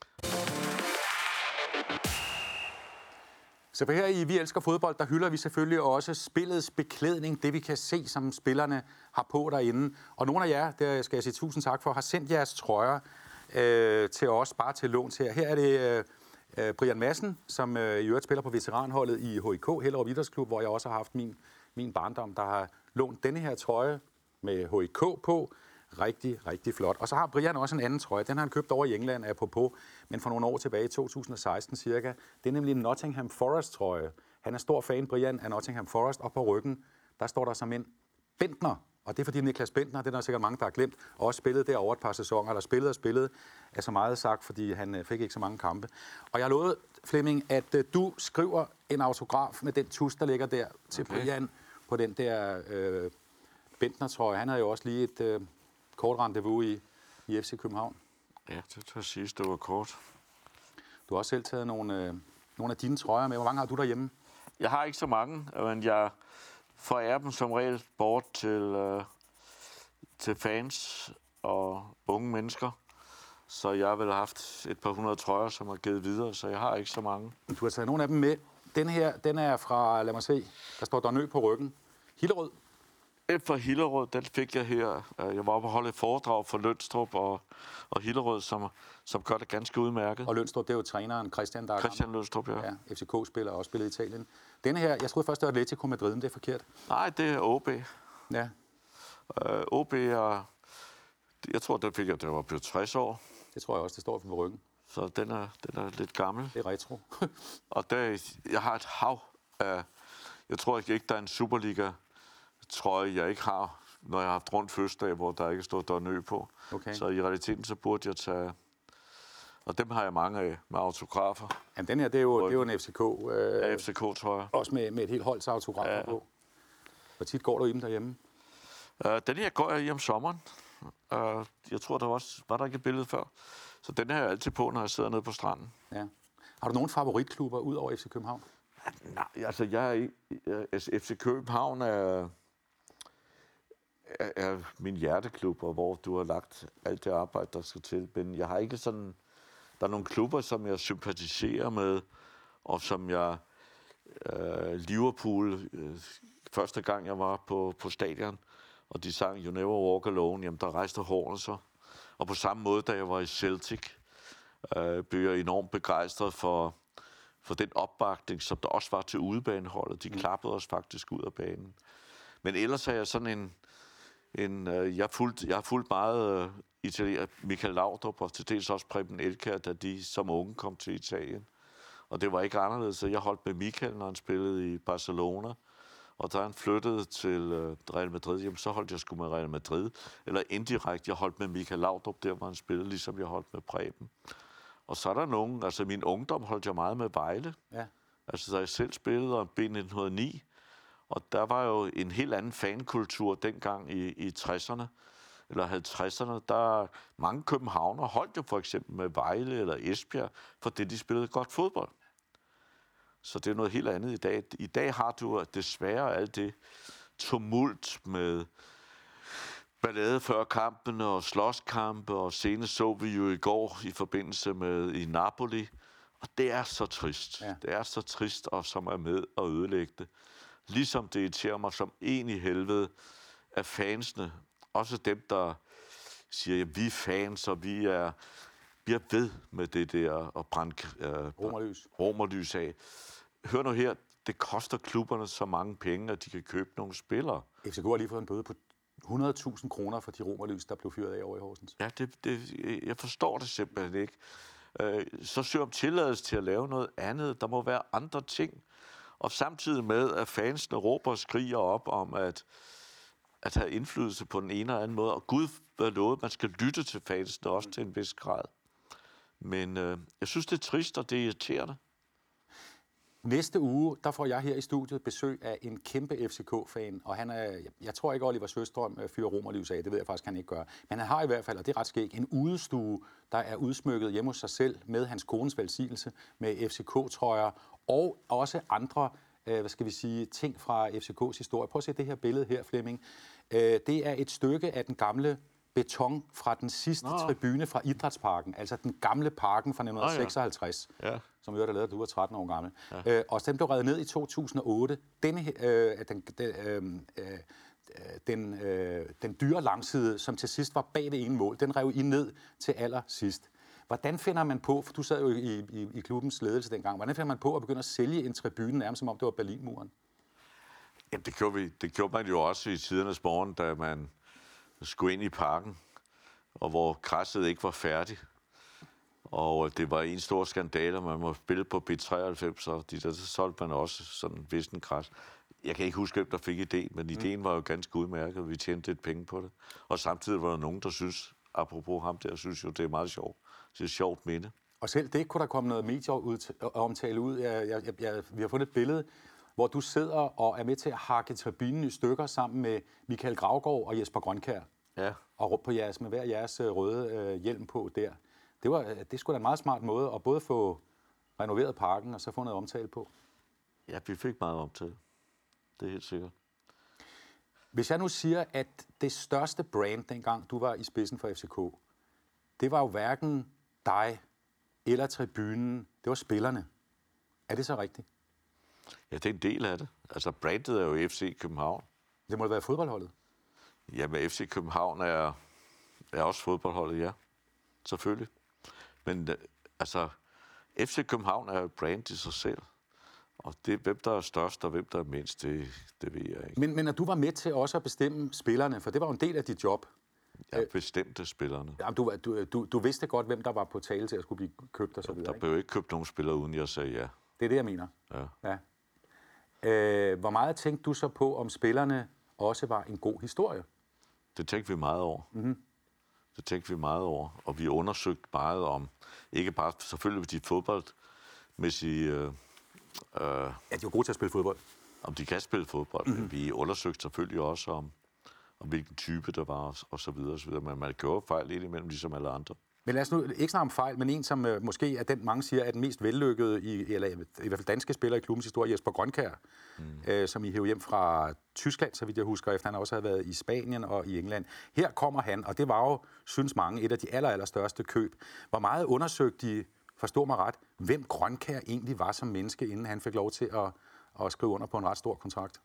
Så her i Vi Elsker Fodbold, der hylder vi selvfølgelig også spillets beklædning, det vi kan se, som spillerne har på derinde. Og nogle af jer, der skal jeg sige tusind tak for, har sendt jeres trøjer øh, til os, bare til lån til. Her er det øh, Brian Madsen, som øh, i øvrigt spiller på veteranholdet i H I K, Hellerup Idrætsklub, hvor jeg også har haft min, min barndom, der har lånt denne her trøje med H I K på. Rigtig, rigtig flot. Og så har Brian også en anden trøje. Den har han købt over i England, apropos, men for nogle år tilbage, i to tusind og seksten cirka. Det er nemlig en Nottingham Forest-trøje. Han er stor fan, Brian, af Nottingham Forest, og på ryggen, der står der som en Bendtner. Og det er fordi Niklas Bendtner, det er der sikkert mange, der har glemt, og også spillet derovre et par sæsoner, eller spillet og spillet, er så meget sagt, fordi han fik ikke så mange kampe. Og jeg har lovet, Flemming, at du skriver en autograf med den tus, der ligger der til okay. Brian på den der øh, Bendtner-trøje. Han havde jo også lige et øh, kort rendezvous i, i F C København. Ja, det tør sige, det var kort. Du har også selv taget nogle, øh, nogle af dine trøjer med. Hvor mange har du derhjemme? Jeg har ikke så mange, men jeg forærer dem som regel bort til, øh, til fans og unge mennesker. Så jeg har vel haft et par hundrede trøjer, som har givet videre, så jeg har ikke så mange. Du har taget nogle af dem med. Den her, den er fra, lad mig se, der står Donø på ryggen. Hillerød. Fra Hillerød, den fik jeg her. Jeg var oppe og holde et foredrag for Lønstrup og, og Hillerød, som, som gør det ganske udmærket. Og Lønstrup, det er jo træneren Christian, der er Christian Lønstrup, ja. ja. F C K-spiller og også spillet i Italien. Denne her, jeg troede først, det var Atletico Madrid, men det er forkert. Nej, det er O B. Ja. Øh, O B er... Jeg tror, den fik jeg, det var blevet tres år. Det tror jeg også, det står på ryggen. Så den er, den er lidt gammel. Det er retro. Og der, jeg har et hav af... Jeg tror ikke, der er en Superliga... trøje, jeg ikke har, når jeg har haft rundt fødselsdag, hvor der ikke står Donø på. Okay. Så i realiteten, så burde jeg tage... Og dem har jeg mange af med autografer. Jamen, den her, det er jo, det er jo en F C K. Øh, Ja, F C K, tror jeg. Også med, med et helt holds autografer Ja. på. Hvor tit går du i dem derhjemme? Uh, den her går jeg i om sommeren. Uh, jeg tror, der var, også, var der ikke et billede før. Så den her er jeg altid på, når jeg sidder nede på stranden. Ja. Har du nogle favoritklubber ud over F C København? Nej, altså jeg er ikke... Altså, F C København er, er, er min hjerteklub, og hvor du har lagt alt det arbejde, der skal til. Men jeg har ikke sådan... Der er nogle klubber, som jeg sympatiserer med, og som jeg... Øh, Liverpool, øh, første gang jeg var på, på stadion, og de sang You Never Walk Alone, jamen der rejste hårene så. Og på samme måde, da jeg var i Celtic, øh, blev jeg enormt begejstret for, for den opbakning, som der også var til udebaneholdet. De klappede os faktisk ud af banen. Men ellers er jeg sådan en... en øh, jeg, fulgt, jeg har fulgt meget øh, italiener, Michael Laudrup og til dels også Preben Elkjær, da de som unge kom til Italien. Og det var ikke anderledes, så jeg holdt med Michael, når han spillede i Barcelona. Og da han flyttede til øh, Real Madrid, jamen, så holdt jeg sgu med Real Madrid. Eller indirekte, jeg holdt med Michael Laudrup, der hvor han spillede, ligesom jeg holdt med Preben. Og så er der nogen, altså min ungdom holdt jeg meget med Vejle. Ja. Altså, da jeg selv spillede om B nitten nul ni. Og der var jo en helt anden fankultur dengang i, i tresserne, eller halvtredserne. Der mange københavnere holdt jo for eksempel med Vejle eller Esbjerg, fordi de spillede godt fodbold. Så det er noget helt andet i dag. I dag har du desværre alt det tumult med ballade før kampene og slåskampe, og senest så vi jo i går i forbindelse med i Napoli. Og det er så trist. Ja. Det er så trist, og som er med at ødelægge det. Ligesom det irriterer mig som en i helvede af fansene. Også dem, der siger, at vi er fans, og vi er, vi er ved med det der og brænde øh, romerlys. romerlys af. Hør nu her, det koster klubberne så mange penge, at de kan købe nogle spillere. F C K har lige fået en bøde på hundrede tusind kroner for de romerlys, der blev fyret af over i Horsens. Ja, det, det, jeg forstår det simpelthen ikke. Øh, så søg om tilladelse til at lave noget andet. Der må være andre ting. Og samtidig med, at fansene råber og skriger op om at, at have indflydelse på den ene eller anden måde. Og Gud har lovet, man skal lytte til fansene også til en vis grad. Men øh, jeg synes, det er trist, og det er irriterende. Næste uge, der får jeg her i studiet besøg af en kæmpe F C K-fan, og han er, jeg tror ikke, Oliver Søstrøm fyrer romerlys af, det ved jeg faktisk, han ikke gør. Men han har i hvert fald, og det er ret skægt, en udestue, der er udsmykket hjemme hos sig selv med hans kones velsignelse, med F C K-trøjer, og også andre, øh, hvad skal vi sige, ting fra F C K's historie. Prøv at se det her billede her, Flemming. Øh, det er et stykke af den gamle beton fra den sidste Nå. tribune fra Idrætsparken, altså den gamle parken fra nitten seksoghalvtreds, oh, ja. Ja. Som jo er der lavet, at du var tretten år gammel. Ja. Øh, og den blev revet ned i to tusind og otte. Denne, øh, den, den, øh, øh, den, øh, den dyre langside, som til sidst var bag det ene mål, den rev I ned til allersidst. Hvordan finder man på, for du sad jo i, i, i klubbens ledelse dengang, hvordan finder man på at begynde at sælge en tribune, nærmest som om det var Berlinmuren? Jamen, det gjorde, vi, det gjorde man jo også i tidernes morgen, da man skulle ind i parken, og hvor græsset ikke var færdigt. Og det var en stor skandale, man må spille på B treoghalvfems, og de der, så solgte man også sådan vissen græs. Jeg kan ikke huske, hvem der fik idéen, men idéen var jo ganske udmærket, vi tjente lidt penge på det. Og samtidig var der nogen, der synes, apropos ham der, synes jo, det er meget sjovt. Det er et sjovt minde. Og selv det kunne der komme noget medieomtale ud. Jeg, jeg, jeg, vi har fundet et billede, hvor du sidder og er med til at hakke tribunen i stykker sammen med Michael Gravgaard og Jesper Grønkjær. Ja. Og råb på jeres, med hver jeres røde øh, hjelm på der. Det var det skulle da en meget smart måde at både få renoveret parken og så få noget omtale på. Ja, vi fik meget omtale. Det er helt sikkert. Hvis jeg nu siger, at det største brand, dengang du var i spidsen for F C K, det var jo hverken dig eller tribunen, det var spillerne. Er det så rigtigt? Ja, det er en del af det. Altså, brandet er jo F C København. Det må da være fodboldholdet? Ja, men F C København er, er også fodboldholdet, ja. Selvfølgelig. Men altså, F C København er jo et brand i sig selv. Og det, hvem der er størst og hvem der er mindst, det, det ved jeg ikke. Men, men når du var med til også at bestemme spillerne, for det var jo en del af dit job. Jeg bestemte spillerne. Ja, du, du, du, du vidste godt, hvem der var på tale til at skulle blive købt og så videre. Der blev ikke købt nogen spillere, uden jeg sagde ja. Det er det, jeg mener. Ja. Ja. Øh, hvor meget tænkte du så på, om spillerne også var en god historie? Det tænkte vi meget over. Mm-hmm. Det tænkte vi meget over, og vi undersøgte meget om, ikke bare selvfølgelig de fodboldmæssige... Øh, øh, ja, de er gode til at spille fodbold. Om de kan spille fodbold, mm-hmm. men vi undersøgte selvfølgelig også om, om hvilken type der var, og så videre, og så videre. Men man gjorde fejl lidt imellem, ligesom alle andre. Men lad os nu ikke snakke om fejl, men en, som øh, måske er den, mange siger, er den mest vellykkede, i, eller i hvert fald danske spiller i klubbens historie, Jesper Grønkjær, mm. øh, som I hævde hjem fra Tyskland, så vidt jeg husker, efter han også havde været i Spanien og i England. Her kommer han, og det var jo, synes mange, et af de aller, aller største køb. Hvor meget undersøgte de, forstår mig ret, hvem Grønkjær egentlig var som menneske, inden han fik lov til at, at skrive under på en ret stor kontrakt?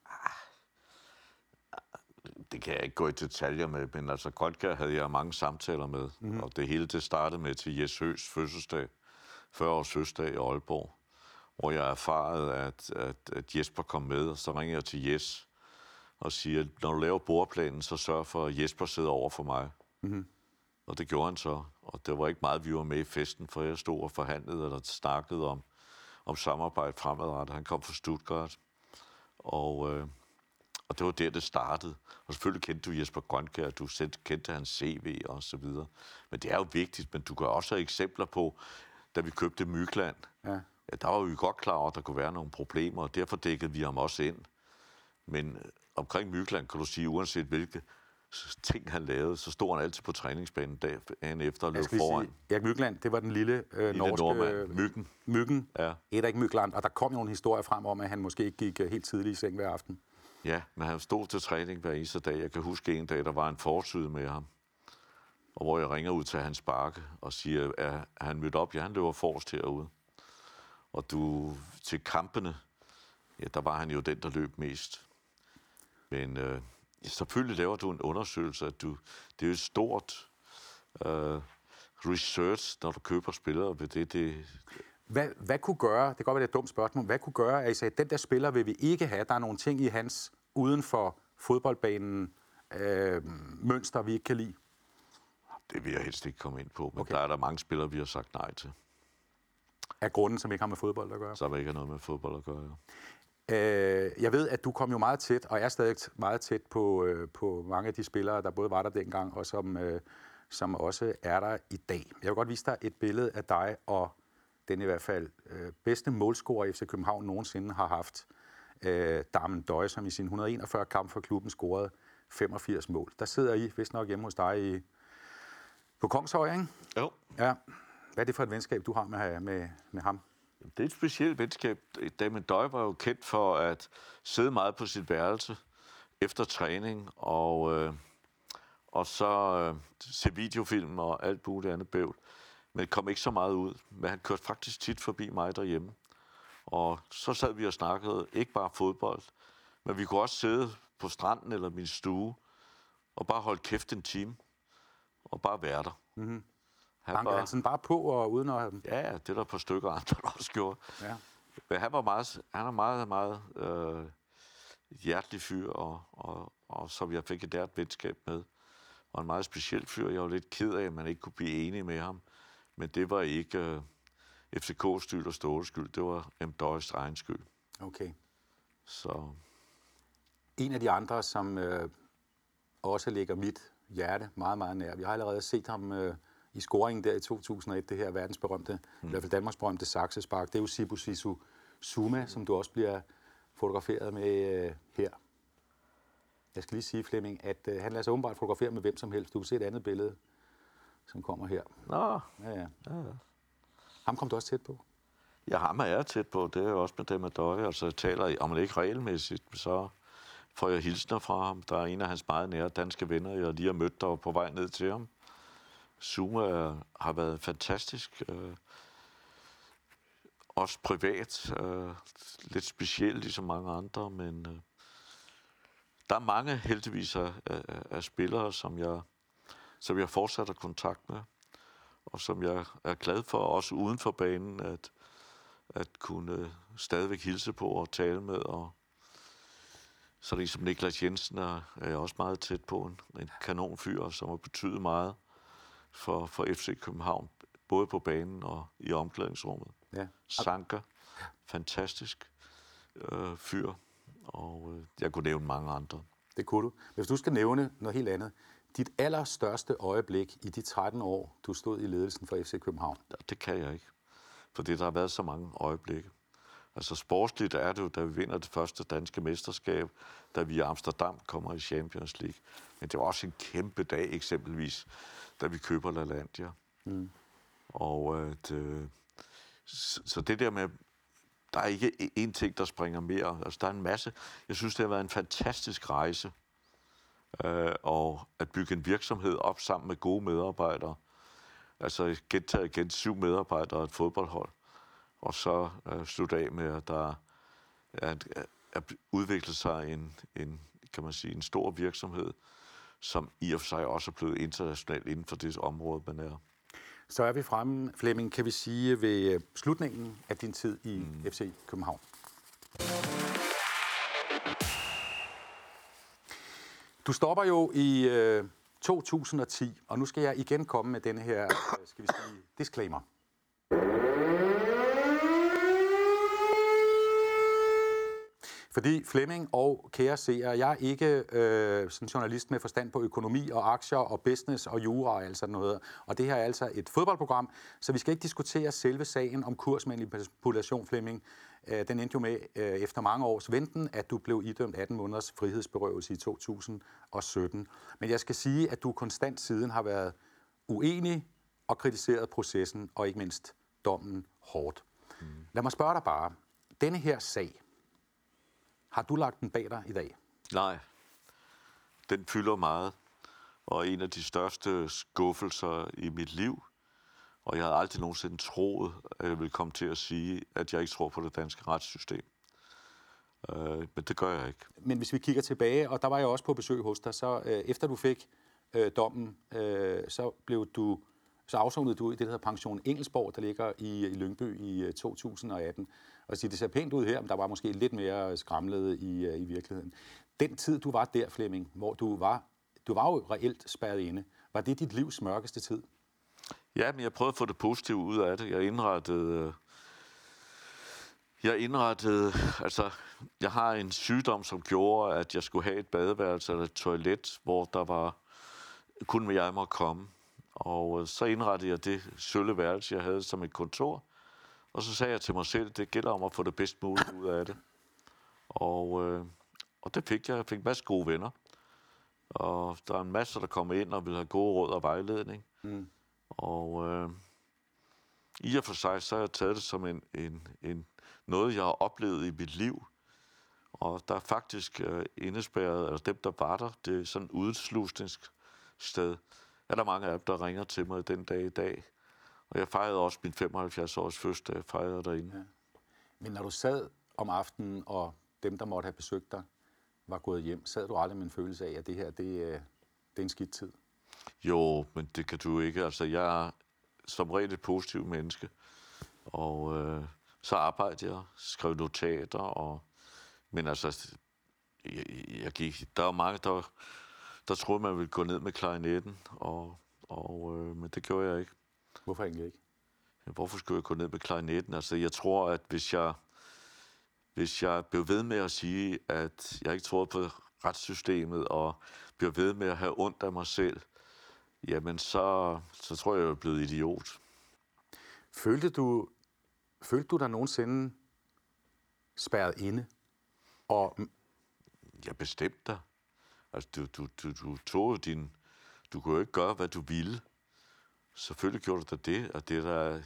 Det kan jeg ikke gå i detaljer med, men altså Grønkjær havde jeg mange samtaler med, mm-hmm. og det hele det startede med til Jes Høs fødselsdag, fyrre års fødselsdag i Aalborg, hvor jeg erfarede, at, at, at Jesper kom med, og så ringer jeg til Jes og siger, når du laver bordplanen, så sørg for, at Jesper sidder over for mig. Mm-hmm. Og det gjorde han så, og det var ikke meget, vi var med i festen, for jeg stod og forhandlede eller snakkede om, om samarbejde fremadrettet. Han kom fra Stuttgart, og... Øh, Og det var der, det startede. Og selvfølgelig kendte du Jesper Grønkjær, du kendte hans C V og så videre. Men det er jo vigtigt, men du kan også have eksempler på, da vi købte Mykland. Ja. Ja, der var vi godt klar over, at der kunne være nogle problemer, og derfor dækkede vi ham også ind. Men omkring Mykland kan du sige, uanset hvilke ting han lavede, så stod han altid på træningsbanen dagen efter og løb foran. Erik Mykland, det var den lille øh, norske... Nordmand. Myggen. Myggen. Ja. Erik Mykland, og der kom jo en historie frem om, at han måske ikke gik helt tidligt i seng hver aften. Ja, men han stod til træning hver eneste dag. Jeg kan huske en dag, der var en forside med ham, og hvor jeg ringer ud til hans bakke og siger, er han mødt op? Ja, han løber forrest herude. Og du, til kampene, ja, der var han jo den, der løb mest. Men øh, selvfølgelig laver du en undersøgelse, at du, det er jo et stort øh, research, når du køber spillere ved det, det Hvad, hvad kunne gøre, det kan godt være, det er et dumt spørgsmål, hvad kunne gøre, at I sagde, at den der spiller vil vi ikke have, der er nogle ting i hans uden for fodboldbanen øh, mønster, vi ikke kan lide? Det vil jeg helst ikke komme ind på, men okay. Der er der mange spillere, vi har sagt nej til. Af grunden, som ikke har med fodbold at gøre? Så har ikke noget med fodbold at gøre, ja. øh, Jeg ved, at du kom jo meget tæt, og er stadig meget tæt på, øh, på mange af de spillere, der både var der dengang, og som, øh, som også er der i dag. Jeg vil godt vise dig et billede af dig og den i hvert fald øh, bedste målscorer, F C København nogensinde har haft. Øh, Darmen Døje, som i sin et hundrede og enogfyrre kamp for klubben scorede femogfirs mål. Der sidder I vist nok hjemme hos dig i, på Kongshøj, ikke? Jo. Ja. Hvad er det for et venskab, du har med, med, med ham? Det er et specielt venskab. Darmen Døje var jo kendt for at sidde meget på sit værelse efter træning, og, øh, og så øh, se videofilm og alt muligt andet bøvl. Men det kom ikke så meget ud. Men han kørte faktisk tit forbi mig derhjemme. Og så sad vi og snakkede, ikke bare fodbold, men vi kunne også sidde på stranden eller min stue, og bare holde kæft en time, og bare være der. Mm-hmm. Han Bankede han sådan bare på, og uden at have dem? Ja, det er der et par stykker andre, der også gjorde. Ja. Men han var meget, han er meget, meget øh, hjertelig fyr, og, og, og som jeg fik et nært venskab med. Og en meget speciel fyr. Jeg var lidt ked af, at man ikke kunne blive enig med ham. Men det var ikke øh, F C K's skyld og Ståles skyld. Det var M. Døjes egen skyld. Okay. Så. En af de andre, som øh, også ligger mit hjerte meget, meget nær. Vi har allerede set ham øh, i scoringen der i to tusind og et, det her verdensberømte, mm. i hvert fald Danmarks berømte saksespark. Det er jo Sibusiso Zuma, som du også bliver fotograferet med øh, her. Jeg skal lige sige, Flemming, at øh, han lader sig åbenbart fotografere med hvem som helst. Du kan se et andet billede, som kommer her. Nå. Ja, ja. Ja, ja. Ham kom du også tæt på? Ja, ham er jeg tæt på. Det er jo også med dem med Døje. Altså, jeg taler om det ikke regelmæssigt, så får jeg hilsner fra ham. Der er en af hans meget nære danske venner, jeg lige har mødt der på vej ned til ham. Zuma har været fantastisk. Øh, også privat. Øh, lidt specielt, ligesom mange andre, men øh, der er mange heldigvis af, af, af spillere, som jeg, som jeg fortsat har kontakt med, og som jeg er glad for, også uden for banen, at, at kunne stadigvæk hilse på og tale med. Og så ligesom Niklas Jensen er, er jeg også meget tæt på, en, en kanonfyr, som har betydet meget for, for F C København, både på banen og i omklædningsrummet. Ja. Sanka, fantastisk øh, fyr, og øh, jeg kunne nævne mange andre. Det kunne du. Hvis du skal nævne noget helt andet, dit allerstørste øjeblik i de tretten år, du stod i ledelsen for F C København? Det kan jeg ikke, fordi der har været så mange øjeblikke. Altså sportsligt er det jo, da vi vinder det første danske mesterskab, da vi i Amsterdam kommer i Champions League. Men det var også en kæmpe dag, eksempelvis, da vi køber LaLandia. Mm. Og at, øh, så, så det der med, der er ikke én ting, der springer mere. Altså der er en masse. Jeg synes, det har været en fantastisk rejse. Øh, og at bygge en virksomhed op sammen med gode medarbejdere. Altså gentaget igen syv medarbejdere og et fodboldhold. Og så øh, slutte af med, at der er, er udviklet sig en, en, kan man sige, en stor virksomhed, som i og for sig også er blevet internationalt inden for det område, man er. Så er vi fremme, Flemming, kan vi sige, ved slutningen af din tid i mm. F C København. Du stopper jo i øh, to tusind og ti, og nu skal jeg igen komme med denne her, øh, skal vi sige, disclaimer. Fordi Flemming og kære seere, jeg er ikke øh, sådan journalist med forstand på økonomi og aktier og business og jura og alt sådan noget. Og det her er altså et fodboldprogram, så vi skal ikke diskutere selve sagen om kursmanipulation, Flemming. Øh, den endte jo med øh, efter mange års venten, at du blev idømt atten måneders frihedsberøvelse i to tusind og sytten. Men jeg skal sige, at du konstant siden har været uenig og kritiseret processen og ikke mindst dommen hårdt. Mm. Lad mig spørge dig bare. Denne her sag, har du lagt den bag dig i dag? Nej. Den fylder meget. Og en af de største skuffelser i mit liv. Og jeg havde aldrig nogensinde troet, at jeg ville komme til at sige, at jeg ikke tror på det danske retssystem. Uh, men det gør jeg ikke. Men hvis vi kigger tilbage, og der var jeg også på besøg hos dig, så øh, efter du fik øh, dommen, øh, så blev du så afsonede du i det, der hedder Pension Engelsborg, der ligger i, i Lyngby i to tusind og atten. Og så det ser pænt ud her, men der var måske lidt mere skramlet i, i virkeligheden. Den tid, du var der, Flemming, hvor du var, du var jo reelt spærret inde, var det dit livs mørkeste tid? Ja, men jeg prøvede at få det positive ud af det. Jeg indrettede... Jeg indrettede... Altså, jeg har en sygdom, som gjorde, at jeg skulle have et badeværelse eller et toilet, hvor der var... Kun jeg måtte komme. Og så indrettede jeg det sølle værelse, jeg havde som et kontor. Og så sagde jeg til mig selv, det gælder om at få det bedst muligt ud af det. Og, øh, og det fik jeg. Jeg fik en masse gode venner. Og der er en masse, der kommer ind og vil have gode råd og vejledning. Mm. Og øh, i og for sig, så har jeg taget det som en, en, en, noget, jeg har oplevet i mit liv. Og der er faktisk øh, indespærret, eller dem, der var der, det er sådan et udslusningssted. Er der mange af dem, der ringer til mig den dag i dag. Og jeg fejrede også min femoghalvfjerds års fødselsdag, jeg fejrede derinde. Ja. Men når du sad om aftenen, og dem, der måtte have besøgt dig, var gået hjem, sad du aldrig med en følelse af, at det her, det, det er en skidt tid? Jo, men det kan du ikke. Altså, jeg er som regel et positivt menneske. Og øh, så arbejdede jeg, skrev notater, og... Men altså, jeg, jeg gik... Der var mange, der... Der troede man ville gå ned med klarinetten, og, og, øh, men det gjorde jeg ikke. Hvorfor egentlig ikke? Hvorfor skulle jeg gå ned med klarinetten? Altså, jeg tror, at hvis jeg, hvis jeg blev ved med at sige, at jeg ikke troede på retssystemet, og blev ved med at have ondt af mig selv, jamen så, så tror jeg, jeg er blevet idiot. Følte du, følte du dig nogensinde spærret inde? Og... Jeg bestemte dig. Altså, du, du, du, du tog din... Du kunne jo ikke gøre, hvad du ville. Selvfølgelig gjorde du da det, og det, der,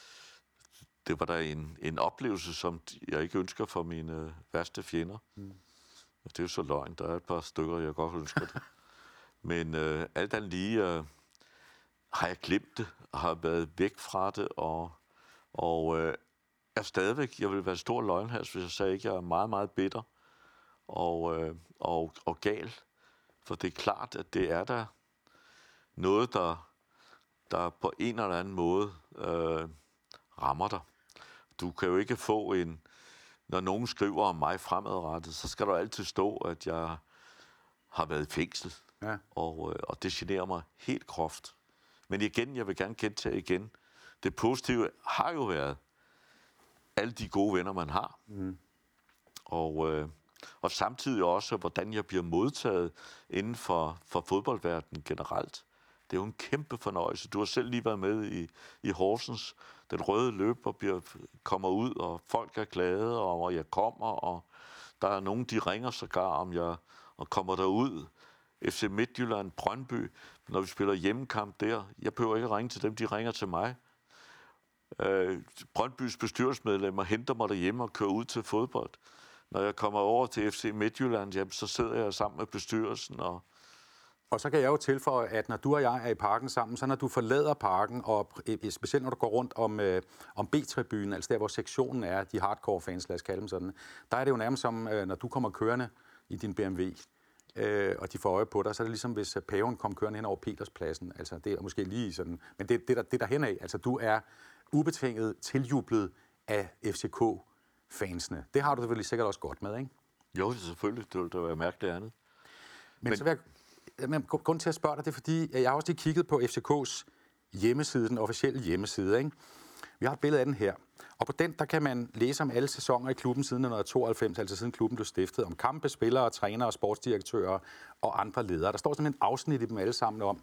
det var da en, en oplevelse, som jeg ikke ønsker for mine værste fjender. Mm. Det er jo så løgn. Der er et par stykker, jeg godt ønsker det. Men øh, alt andet lige øh, har jeg glemt det, og har været væk fra det, og, og øh, er stadigvæk... Jeg ville være stor løgnhals, hvis jeg sagde ikke, jeg er meget, meget bitter og, øh, og, og gal. For det er klart, at det er der noget, der, der på en eller anden måde øh, rammer dig. Du kan jo ikke få en... Når nogen skriver om mig fremadrettet, så skal der altid stå, at jeg har været i fængsel. Ja. Og, øh, og det generer mig helt groft. Men igen, jeg vil gerne gentage igen. Det positive har jo været alle de gode venner, man har. Mm. Og... Øh, og samtidig også, hvordan jeg bliver modtaget inden for, for fodboldverdenen generelt. Det er jo en kæmpe fornøjelse. Du har selv lige været med i, i Horsens. Den røde løber bliver, kommer ud, og folk er glade over, at jeg kommer, og der er nogen, de ringer sågar, om jeg og kommer derud. F C Midtjylland, Brøndby, når vi spiller hjemmekamp der. Jeg behøver ikke at ringe til dem, de ringer til mig. Øh, Brøndbys bestyrelsesmedlemmer henter mig derhjemme og kører ud til fodbold. Når jeg kommer over til F C Midtjylland, jamen, så sidder jeg sammen med bestyrelsen. Og, og så kan jeg jo tilføje, at når du og jeg er i parken sammen, så når du forlader parken, og specielt når du går rundt om, øh, om B-tribunen, altså der, hvor sektionen er, de hardcore fans, lad os kalde dem sådan, der er det jo nærmest som, øh, når du kommer kørende i din B M W, øh, og de får øje på dig, så er det ligesom, hvis paven kom kørende hen over Peterspladsen. Altså, det er måske lige sådan, men det, det, der, det der henad, altså du er ubetinget tiljublet af F C K-fansene. Det har du selvfølgelig sikkert også godt med, ikke? Jo, selvfølgelig. Det ville da være mærkeligt andet. Men, men så vil jeg, men grund til at spørge dig, det er fordi, jeg har også lige kigget på F C K's hjemmeside, den officielle hjemmeside, ikke? Vi har et billede af den her. Og på den, der kan man læse om alle sæsoner i klubben siden nitten tooghalvfems, altså siden klubben blev stiftet, om kampe, spillere, trænere, sportsdirektører og andre ledere. Der står simpelthen afsnit i dem alle sammen om,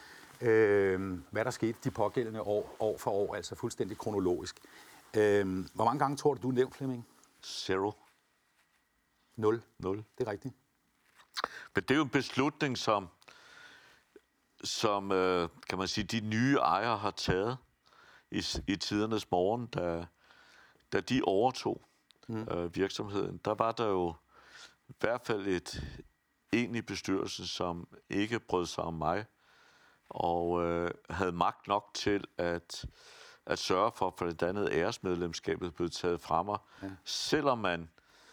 øh, hvad der skete de pågældende år, år for år, altså fuldstændig kronologisk. Øh, hvor mange gange tror du, du er nævnt, Flemming? Zero. Nul. Nul. Det er rigtigt. Men det er jo en beslutning, som, som øh, kan man sige, de nye ejere har taget i, i tidernes morgen, da, da de overtog mm. øh, virksomheden. Der var der jo i hvert fald et en i bestyrelsen, som ikke brød sig om mig, og øh, havde magt nok til at, at sørge for, for det andet æresmedlemskabet blev taget fra mig, ja. Selvom man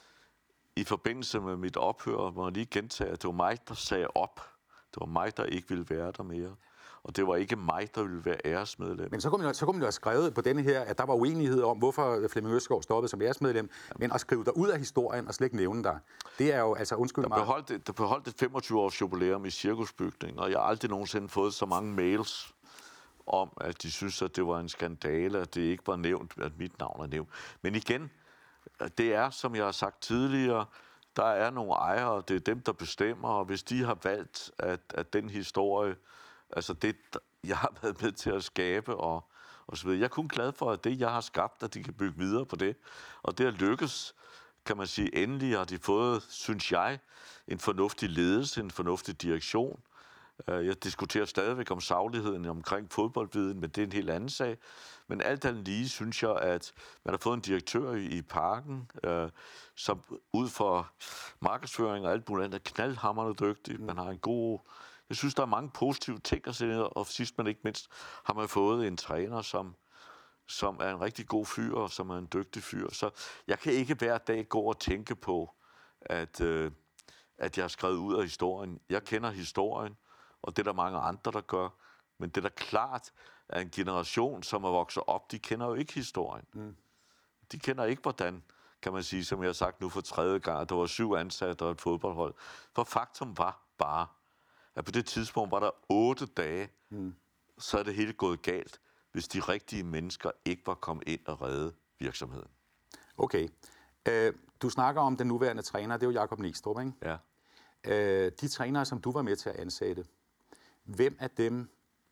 i forbindelse med mit ophør, må jeg lige gentage, at det var mig, der sagde op. Det var mig, der ikke ville være der mere. Og det var ikke mig, der ville være æresmedlem. Men så kunne man, så kunne man jo have skrevet på denne her, at der var uenighed om, hvorfor Flemming Østergaard stoppede som æresmedlem, men at skrive dig ud af historien og slet ikke nævne dig. Det er jo, altså undskyld mig. Der blev holdt et, der blev holdt et femogtyve års jubilæum i Cirkusbygningen, og jeg har aldrig nogensinde fået så mange mails om, at de synes, at det var en skandale, at det ikke var nævnt, at mit navn er nævnt. Men igen, det er, som jeg har sagt tidligere, der er nogle ejere, det er dem, der bestemmer, og hvis de har valgt, at, at den historie, altså det, jeg har været med til at skabe, og, og så videre. Jeg er kun glad for, at det, jeg har skabt, at de kan bygge videre på det. Og det er lykkes, kan man sige, endelig har de fået, synes jeg, en fornuftig ledelse, en fornuftig direktion. Jeg diskuterer stadigvæk om sagligheden omkring fodboldviden, men det er en helt anden sag. Men alt andet lige synes jeg, at man har fået en direktør i, i parken, øh, som ud for markedsføring og alt muligt andet er knaldhamrende dygtig. Man har en god... Jeg synes, der er mange positive ting at se, og sidst men ikke mindst har man fået en træner, som, som er en rigtig god fyr, og som er en dygtig fyr. Så jeg kan ikke hver dag gå og tænke på, at, øh, at jeg har skrevet ud af historien. Jeg kender historien, og det er der mange andre, der gør. Men det er da klart, at en generation, som er vokset op, de kender jo ikke historien. Mm. De kender ikke, hvordan, kan man sige, som jeg har sagt nu for tredje gang, at der var syv ansatte og et fodboldhold. For faktum var bare, at på det tidspunkt var der otte dage, mm. så er det hele gået galt, hvis de rigtige mennesker ikke var kommet ind og redde virksomheden. Okay. Øh, du snakker om den nuværende træner, det er jo Jakob Nistrup, ikke? Ja. Øh, de trænere, som du var med til at ansætte, hvem af dem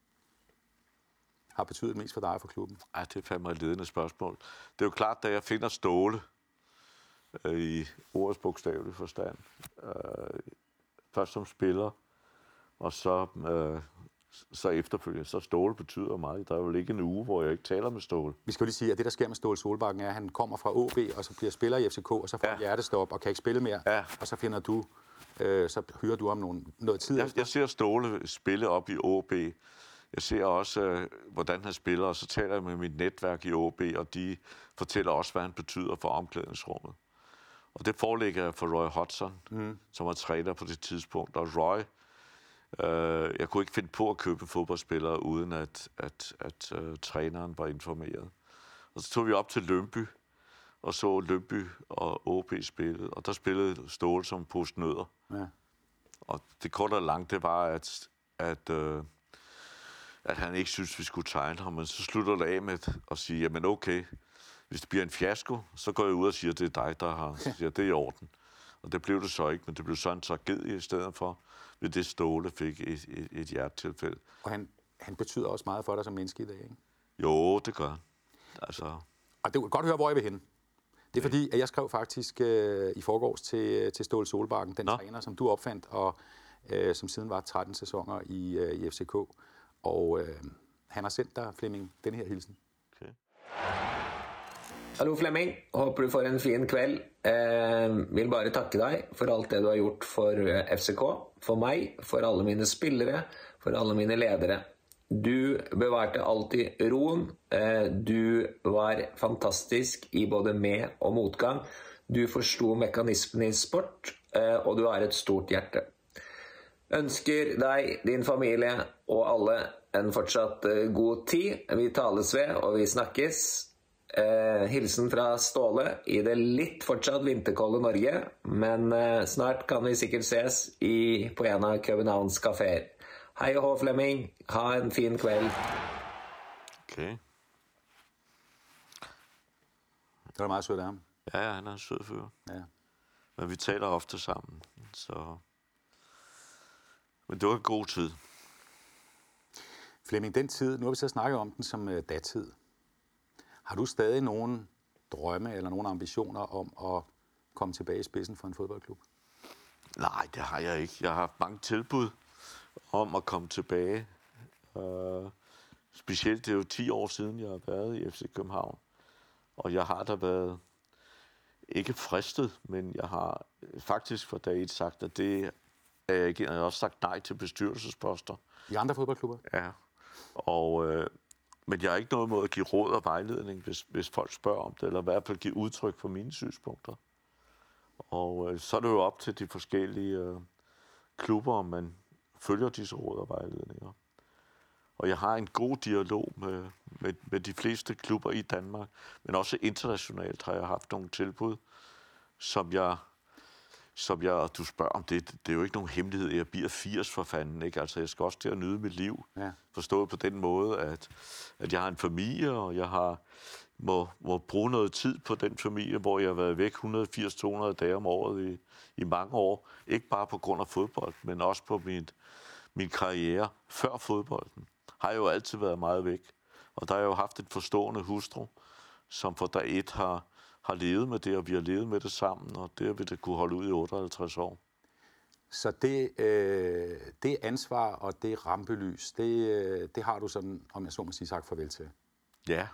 har betydet mest for dig og for klubben? Ej, det er fandme et ledende spørgsmål. Det er jo klart, da jeg finder Ståle øh, i ordets bogstavelige forstand, øh, først som spiller, og så, øh, så efterfølgende, så Ståle betyder meget. Der er jo ikke en uge, hvor jeg ikke taler med Ståle. Vi skal jo lige sige, at det, der sker med Ståle Solbakken, er, at han kommer fra O B, og så bliver spiller i F C K, og så får ja. hjertestop og kan ikke spille mere, ja. og så finder du, øh, så hører du om nogle, noget tid jeg, efter. Jeg ser Ståle spille op i O B. Jeg ser også, øh, hvordan han spiller, og så taler jeg med mit netværk i O B, og de fortæller også, hvad han betyder for omklædningsrummet. Og det forelægger jeg for Roy Hodgson, mm. som var træner på det tidspunkt. Og Roy, øh, jeg kunne ikke finde på at købe fodboldspillere, uden at, at, at øh, træneren var informeret. Og så tog vi op til Lyngby, og så Lyngby og O B spillede, og der spillede Ståle som postnødder. Ja. Og det korte og langt, det var, at, at øh, at han ikke synes, vi skulle tegne ham, men så slutter det af med at sige, jamen okay, hvis det bliver en fiasko, så går jeg ud og siger, at det er dig, der har siger, det er i orden. Og det blev det så ikke, men det blev så en tragedie i stedet for, ved det Ståle fik et, et, et hjertetilfælde. Og han, han betyder også meget for dig som menneske i dag, ikke? Jo, det gør han. Altså... Og det er godt høre, hvor jeg vil hen. Det er fordi, at jeg skrev faktisk øh, i forgårs til, til Ståle Solbakken, den Nå. træner, som du opfandt, og øh, som siden var tretten sæsoner i, øh, i F C K. Og øh, han har sendt dig, Flemming, den her hilsen. Okay. Hallo Flemming, håper du får en fin kveld. Eh, vil bare takke dig for alt det du har gjort for F C K, for mig, for alle mine spillere, for alle mine ledere. Du bevarte alltid roen. Du var fantastisk i både med- og motgang. Du forstod mekanismen i sport, og du har et stort hjerte. Ønsker dig, din familie og alle en fortsatt god tid. Vi tales ved, og vi snakkes. Hilsen fra Ståle i det litt fortsatt vinterkolde Norge, men snart kan vi sikkert ses i, på en av Københavns kaféer. Hej og hå, Flemming. Ha en fin kveld. Okay. Det var meget sødt af ham. Ja, ja, han er en sød fyr. Ja. Men vi taler ofte sammen, så... Men det var en god tid. Flemming, den tid, nu har vi så snakket om den som uh, datid. Har du stadig nogen drømme eller nogle ambitioner om at komme tilbage i spidsen for en fodboldklub? Nej, det har jeg ikke. Jeg har haft mange tilbud om at komme tilbage. Uh, specielt, det er jo ti år siden, jeg har været i F C København. Og jeg har da været ikke fristet, men jeg har faktisk for dag et sagt, at det er jeg ikke. Jeg har også sagt nej til bestyrelsesposter. I andre fodboldklubber? Ja. Og, øh, men jeg har ikke noget mod at give råd og vejledning, hvis, hvis folk spørger om det, eller i hvert fald give udtryk for mine synspunkter. Og øh, så er det jo op til de forskellige øh, klubber, om man følger disse råd og vejledninger. Og jeg har en god dialog med, med, med de fleste klubber i Danmark, men også internationalt har jeg haft nogle tilbud, som jeg, som jeg du spørger om det, det er jo ikke nogen hemmelighed, jeg bliver firs for fanden, ikke? Altså jeg skal også til at nyde mit liv, ja. Forstået på den måde, at, at jeg har en familie, og jeg har må, må bruge noget tid på den familie, hvor jeg har været væk et hundrede og firs til to hundrede dage om året i, i mange år, ikke bare på grund af fodbold, men også på min, min karriere før fodbolden. Har jeg jo altid været meget væk. Og der har jeg jo haft en forstående hustru, som for dag et har, har levet med det, og vi har levet med det sammen, og det har vi det kunne holde ud i otteoghalvtreds år. Så det, øh, det ansvar og det rampelys, det, øh, det har du sådan, om jeg så må sige, sagt farvel til? Ja,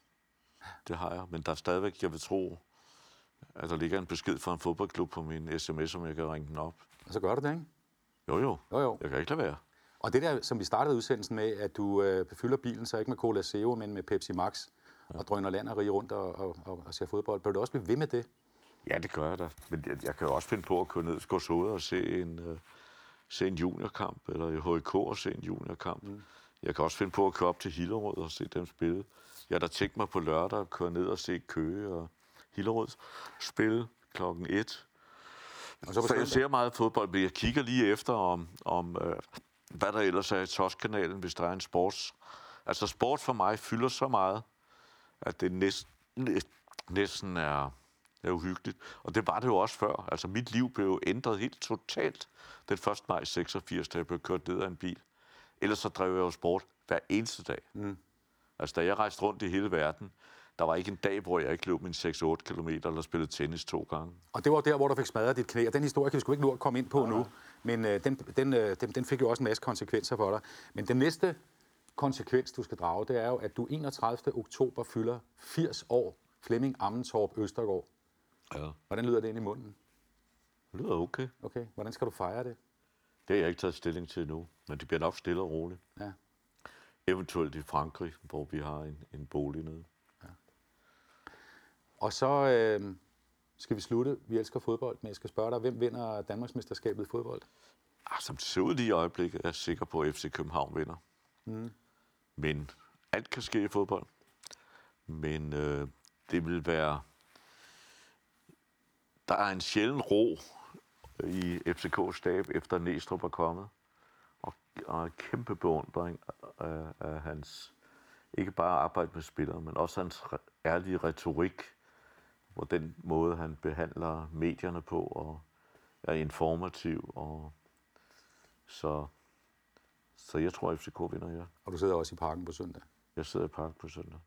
det har jeg. Men der er stadigvæk, jeg vil tro, at der ligger en besked fra en fodboldklub på min sms, om jeg kan ringe den op. Og så gør du det, ikke? Jo, jo. jo, jo. Jeg kan ikke lade være. Og det der, som vi startede udsendelsen med, at du øh, befylder bilen, så ikke med Cola Zero, men med Pepsi Max, ja. Og drøner land og rige rundt og, og, og, og ser fodbold. Bør du også blive ved med det? Ja, det gør jeg da. Men jeg, jeg kan jo også finde på at køre ned og Skovshoved og se en, uh, se en juniorkamp, eller i H I K og se en juniorkamp. Mm. Jeg kan også finde på at køre op til Hillerød og se dem spille. Jeg har da tænkt mig på lørdag at køre ned og se Køge og Hillerød spille klokken et. Og så, så jeg ser meget fodbold, men jeg kigger lige efter om... om uh, hvad der ellers er i Tosk-kanalen, hvis der er en sports. Altså sport for mig fylder så meget, at det næsten, næsten er, er uhyggeligt. Og det var det jo også før. Altså mit liv blev ændret helt totalt den første maj seksogfirs, da jeg blev kørt ned af en bil. Ellers så drev jeg jo sport hver eneste dag. Mm. Altså da jeg rejste rundt i hele verden, der var ikke en dag, hvor jeg ikke løb min seks otte kilometer eller spillede tennis to gange. Og det var der, hvor du fik smadret dit knæ, og den historie kan vi sgu ikke nå at komme ind på ja. nu. Men øh, den, den, øh, den, den fik jo også en masse konsekvenser for dig. Men den næste konsekvens, du skal drage, det er jo, at du enogtredivte oktober fylder firs år. Flemming Ammentorp Østergaard. Ja. Hvordan lyder det ind i munden? Det lyder okay. Okay. Hvordan skal du fejre det? Det har jeg ikke taget stilling til endnu, men det bliver nok stille og roligt. Ja. Eventuelt i Frankrig, hvor vi har en, en bolig nede. Ja. Og så øh, skal vi slutte. Vi elsker fodbold, men jeg skal spørge dig, hvem vinder Danmarksmesterskabet i fodbold? Ah, som det ser ud lige i øjeblikket, er jeg sikker på, at F C København vinder. Mm. Men alt kan ske i fodbold. Men øh, det vil være... Der er en sjælden ro i F C K's stab, efter Næstrup er kommet. Og, og en kæmpe beundring af, af hans... Ikke bare arbejde med spillere, men også hans ærlige retorik, hvor den måde, han behandler medierne på, og er informativ. Og så, så jeg tror, at F C K vinder, ja. Og du sidder også i Parken på søndag. Jeg sidder i Parken på søndag.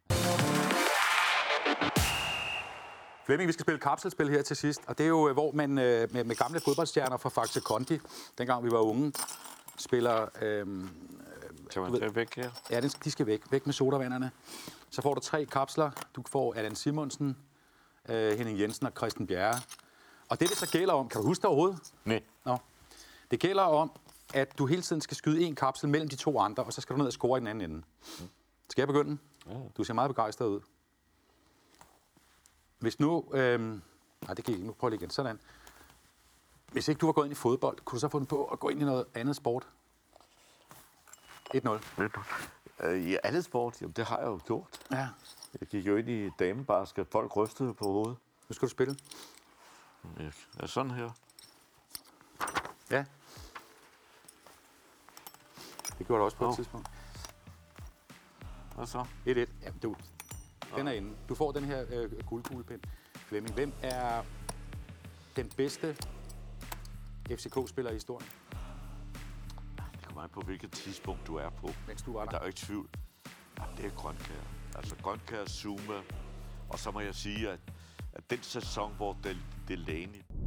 Flemming, vi skal spille kapselspil her til sidst, og det er jo, hvor man øh, med, med gamle fodboldstjerner fra Faxe Kondi, dengang vi var unge, spiller... Øh, Kan man tage væk her? Ja, de skal væk. Væk med sodavanderne. Så får du tre kapsler. Du får Allan Simonsen, øh, Henning Jensen og Christian Bjerre. Og det, det så gælder om... Kan du huske det overhovedet? Nej. Nå. Det gælder om, at du hele tiden skal skyde en kapsel mellem de to andre, og så skal du ned og score i den anden ende. Mm. Skal jeg begynde? Ja. Du ser meget begejstret ud. Hvis nu... Øh, nej, det gik ikke. Nu prøver jeg lige igen. Sådan. Hvis ikke du var gået ind i fodbold, kunne du så få den på at gå ind i noget andet sport? et nul. Øh, I alle sport, jamen det har jeg jo gjort. Ja. Jeg gik jo ind i damebasket, folk rystede på hovedet. Nu skal du spille. Ja, er sådan her. Ja. Det gjorde du også på oh. et tidspunkt. Hvad så? et et. Ja, du. Den er inde. Du får den her øh, guldkuglepind. Flemming, hvem er den bedste F C K-spiller i historien? Det kommer an på, hvilket tidspunkt du er på. Mens du var der. Der er jo ikke tvivl. Jamen, det er Grønkjær. Altså Grønkjær, Zuma. Og så må jeg sige, at, at den sæson, hvor Del- Delaney